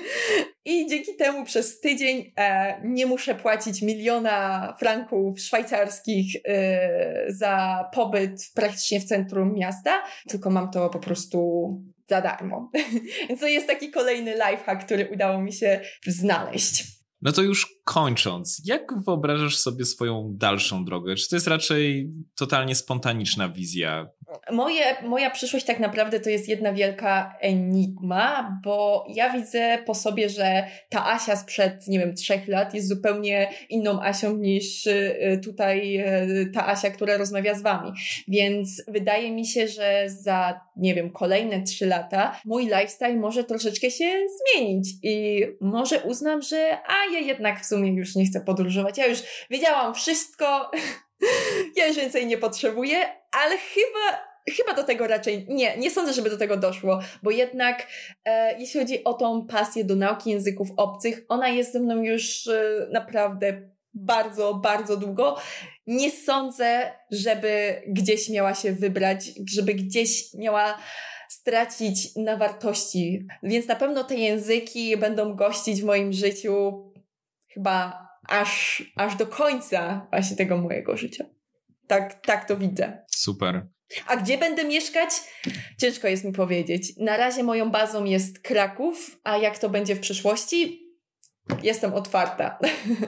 S3: i dzięki temu przez tydzień e, nie muszę płacić miliona franków szwajcarskich e, za pobyt praktycznie w centrum miasta, tylko mam to po prostu za darmo. Więc to jest taki kolejny lifehack, który udało mi się znaleźć.
S2: No to już kończąc, jak wyobrażasz sobie swoją dalszą drogę? Czy to jest raczej totalnie spontaniczna wizja?
S3: Moje, moja przyszłość tak naprawdę to jest jedna wielka enigma, bo ja widzę po sobie, że ta Asia sprzed, nie wiem, trzech lat jest zupełnie inną Asią niż tutaj ta Asia, która rozmawia z wami. Więc wydaje mi się, że za, nie wiem, kolejne trzy lata mój lifestyle może troszeczkę się zmienić i może uznam, że a ja jednak w sumie już nie chcę podróżować. Ja już wiedziałam wszystko, ja już więcej nie potrzebuję, ale chyba, chyba do tego raczej nie, nie sądzę, żeby do tego doszło, bo jednak e, jeśli chodzi o tą pasję do nauki języków obcych, ona jest ze mną już e, naprawdę bardzo, bardzo długo. Nie sądzę, żeby gdzieś miała się wybrać, żeby gdzieś miała stracić na wartości, więc na pewno te języki będą gościć w moim życiu chyba aż, aż do końca właśnie tego mojego życia. Tak, tak to widzę.
S2: Super.
S3: A gdzie będę mieszkać? Ciężko jest mi powiedzieć. Na razie moją bazą jest Kraków, a jak to będzie w przyszłości? Jestem otwarta.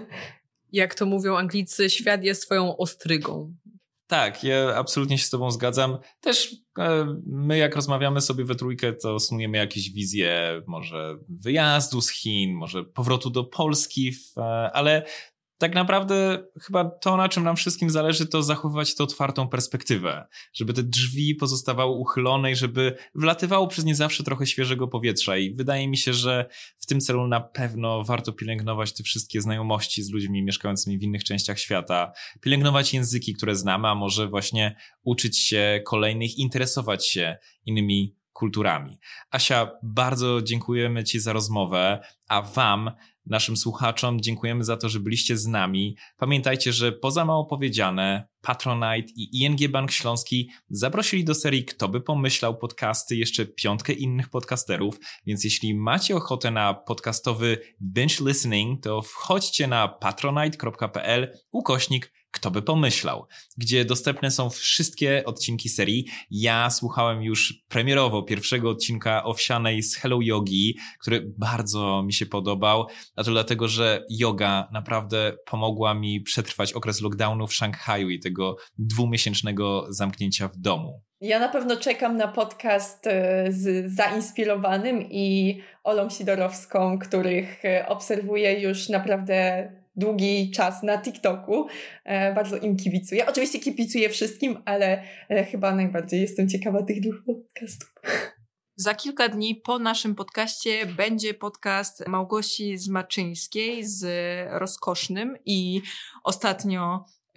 S4: Jak to mówią Anglicy, świat jest twoją ostrygą.
S2: Tak, ja absolutnie się z tobą zgadzam. Też e, my jak rozmawiamy sobie we trójkę, to snujemy jakieś wizje może wyjazdu z Chin, może powrotu do Polski, w, e, ale tak naprawdę chyba to, na czym nam wszystkim zależy, to zachowywać tę otwartą perspektywę, żeby te drzwi pozostawały uchylone i żeby wlatywało przez nie zawsze trochę świeżego powietrza i wydaje mi się, że w tym celu na pewno warto pielęgnować te wszystkie znajomości z ludźmi mieszkającymi w innych częściach świata, pielęgnować języki, które znamy, a może właśnie uczyć się kolejnych, interesować się innymi kulturami. Asia, bardzo dziękujemy ci za rozmowę, a wam, naszym słuchaczom, dziękujemy za to, że byliście z nami. Pamiętajcie, że Poza Mało Powiedziane, Patronite i I N G Bank Śląski zaprosili do serii Kto by pomyślał podcasty jeszcze piątkę innych podcasterów, więc jeśli macie ochotę na podcastowy binge listening, to wchodźcie na patronite.pl ukośnik Kto by pomyślał, gdzie dostępne są wszystkie odcinki serii. Ja słuchałem już premierowo pierwszego odcinka Owsianej z Hello Yogi, który bardzo mi się podobał, a to dlatego, że yoga naprawdę pomogła mi przetrwać okres lockdownu w Szanghaju i tego dwumiesięcznego zamknięcia w domu.
S3: Ja na pewno czekam na podcast z Zainspirowanym i Olą Sidorowską, których obserwuję już naprawdę długi czas na TikToku. E, bardzo im kibicuję. Oczywiście kibicuję wszystkim, ale e, chyba najbardziej jestem ciekawa tych dwóch podcastów.
S1: Za kilka dni po naszym podcaście będzie podcast Małgosi Zmaczyńskiej z Rozkosznym i ostatnio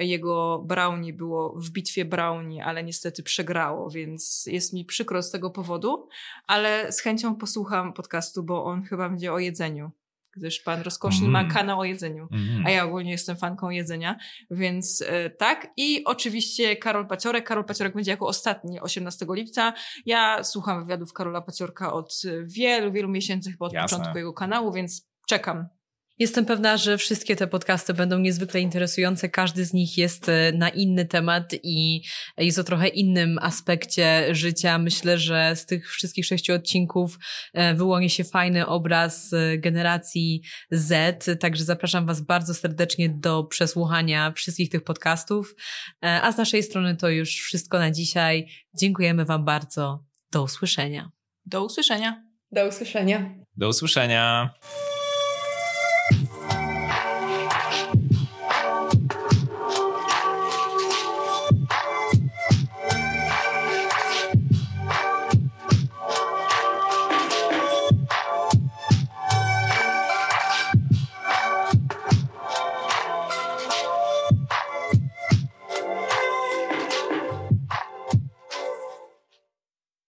S1: jego brownie było w bitwie brownie, ale niestety przegrało, więc jest mi przykro z tego powodu, ale z chęcią posłucham podcastu, bo on chyba będzie o jedzeniu. Gdyż pan Rozkoszny mm. ma kanał o jedzeniu, mm. a ja ogólnie jestem fanką jedzenia, więc e, tak. I oczywiście Karol Paciorek. Karol Paciorek będzie jako ostatni osiemnastego lipca. Ja słucham wywiadów Karola Paciorka od wielu, wielu miesięcy, chyba od
S2: Jasne.
S1: początku jego kanału, więc czekam.
S4: Jestem pewna, że wszystkie te podcasty będą niezwykle interesujące. Każdy z nich jest na inny temat i jest o trochę innym aspekcie życia. Myślę, że z tych wszystkich sześciu odcinków wyłoni się fajny obraz generacji Z. Także zapraszam Was bardzo serdecznie do przesłuchania wszystkich tych podcastów. A z naszej strony to już wszystko na dzisiaj. Dziękujemy Wam bardzo. Do usłyszenia.
S1: Do usłyszenia.
S3: Do usłyszenia.
S2: Do usłyszenia.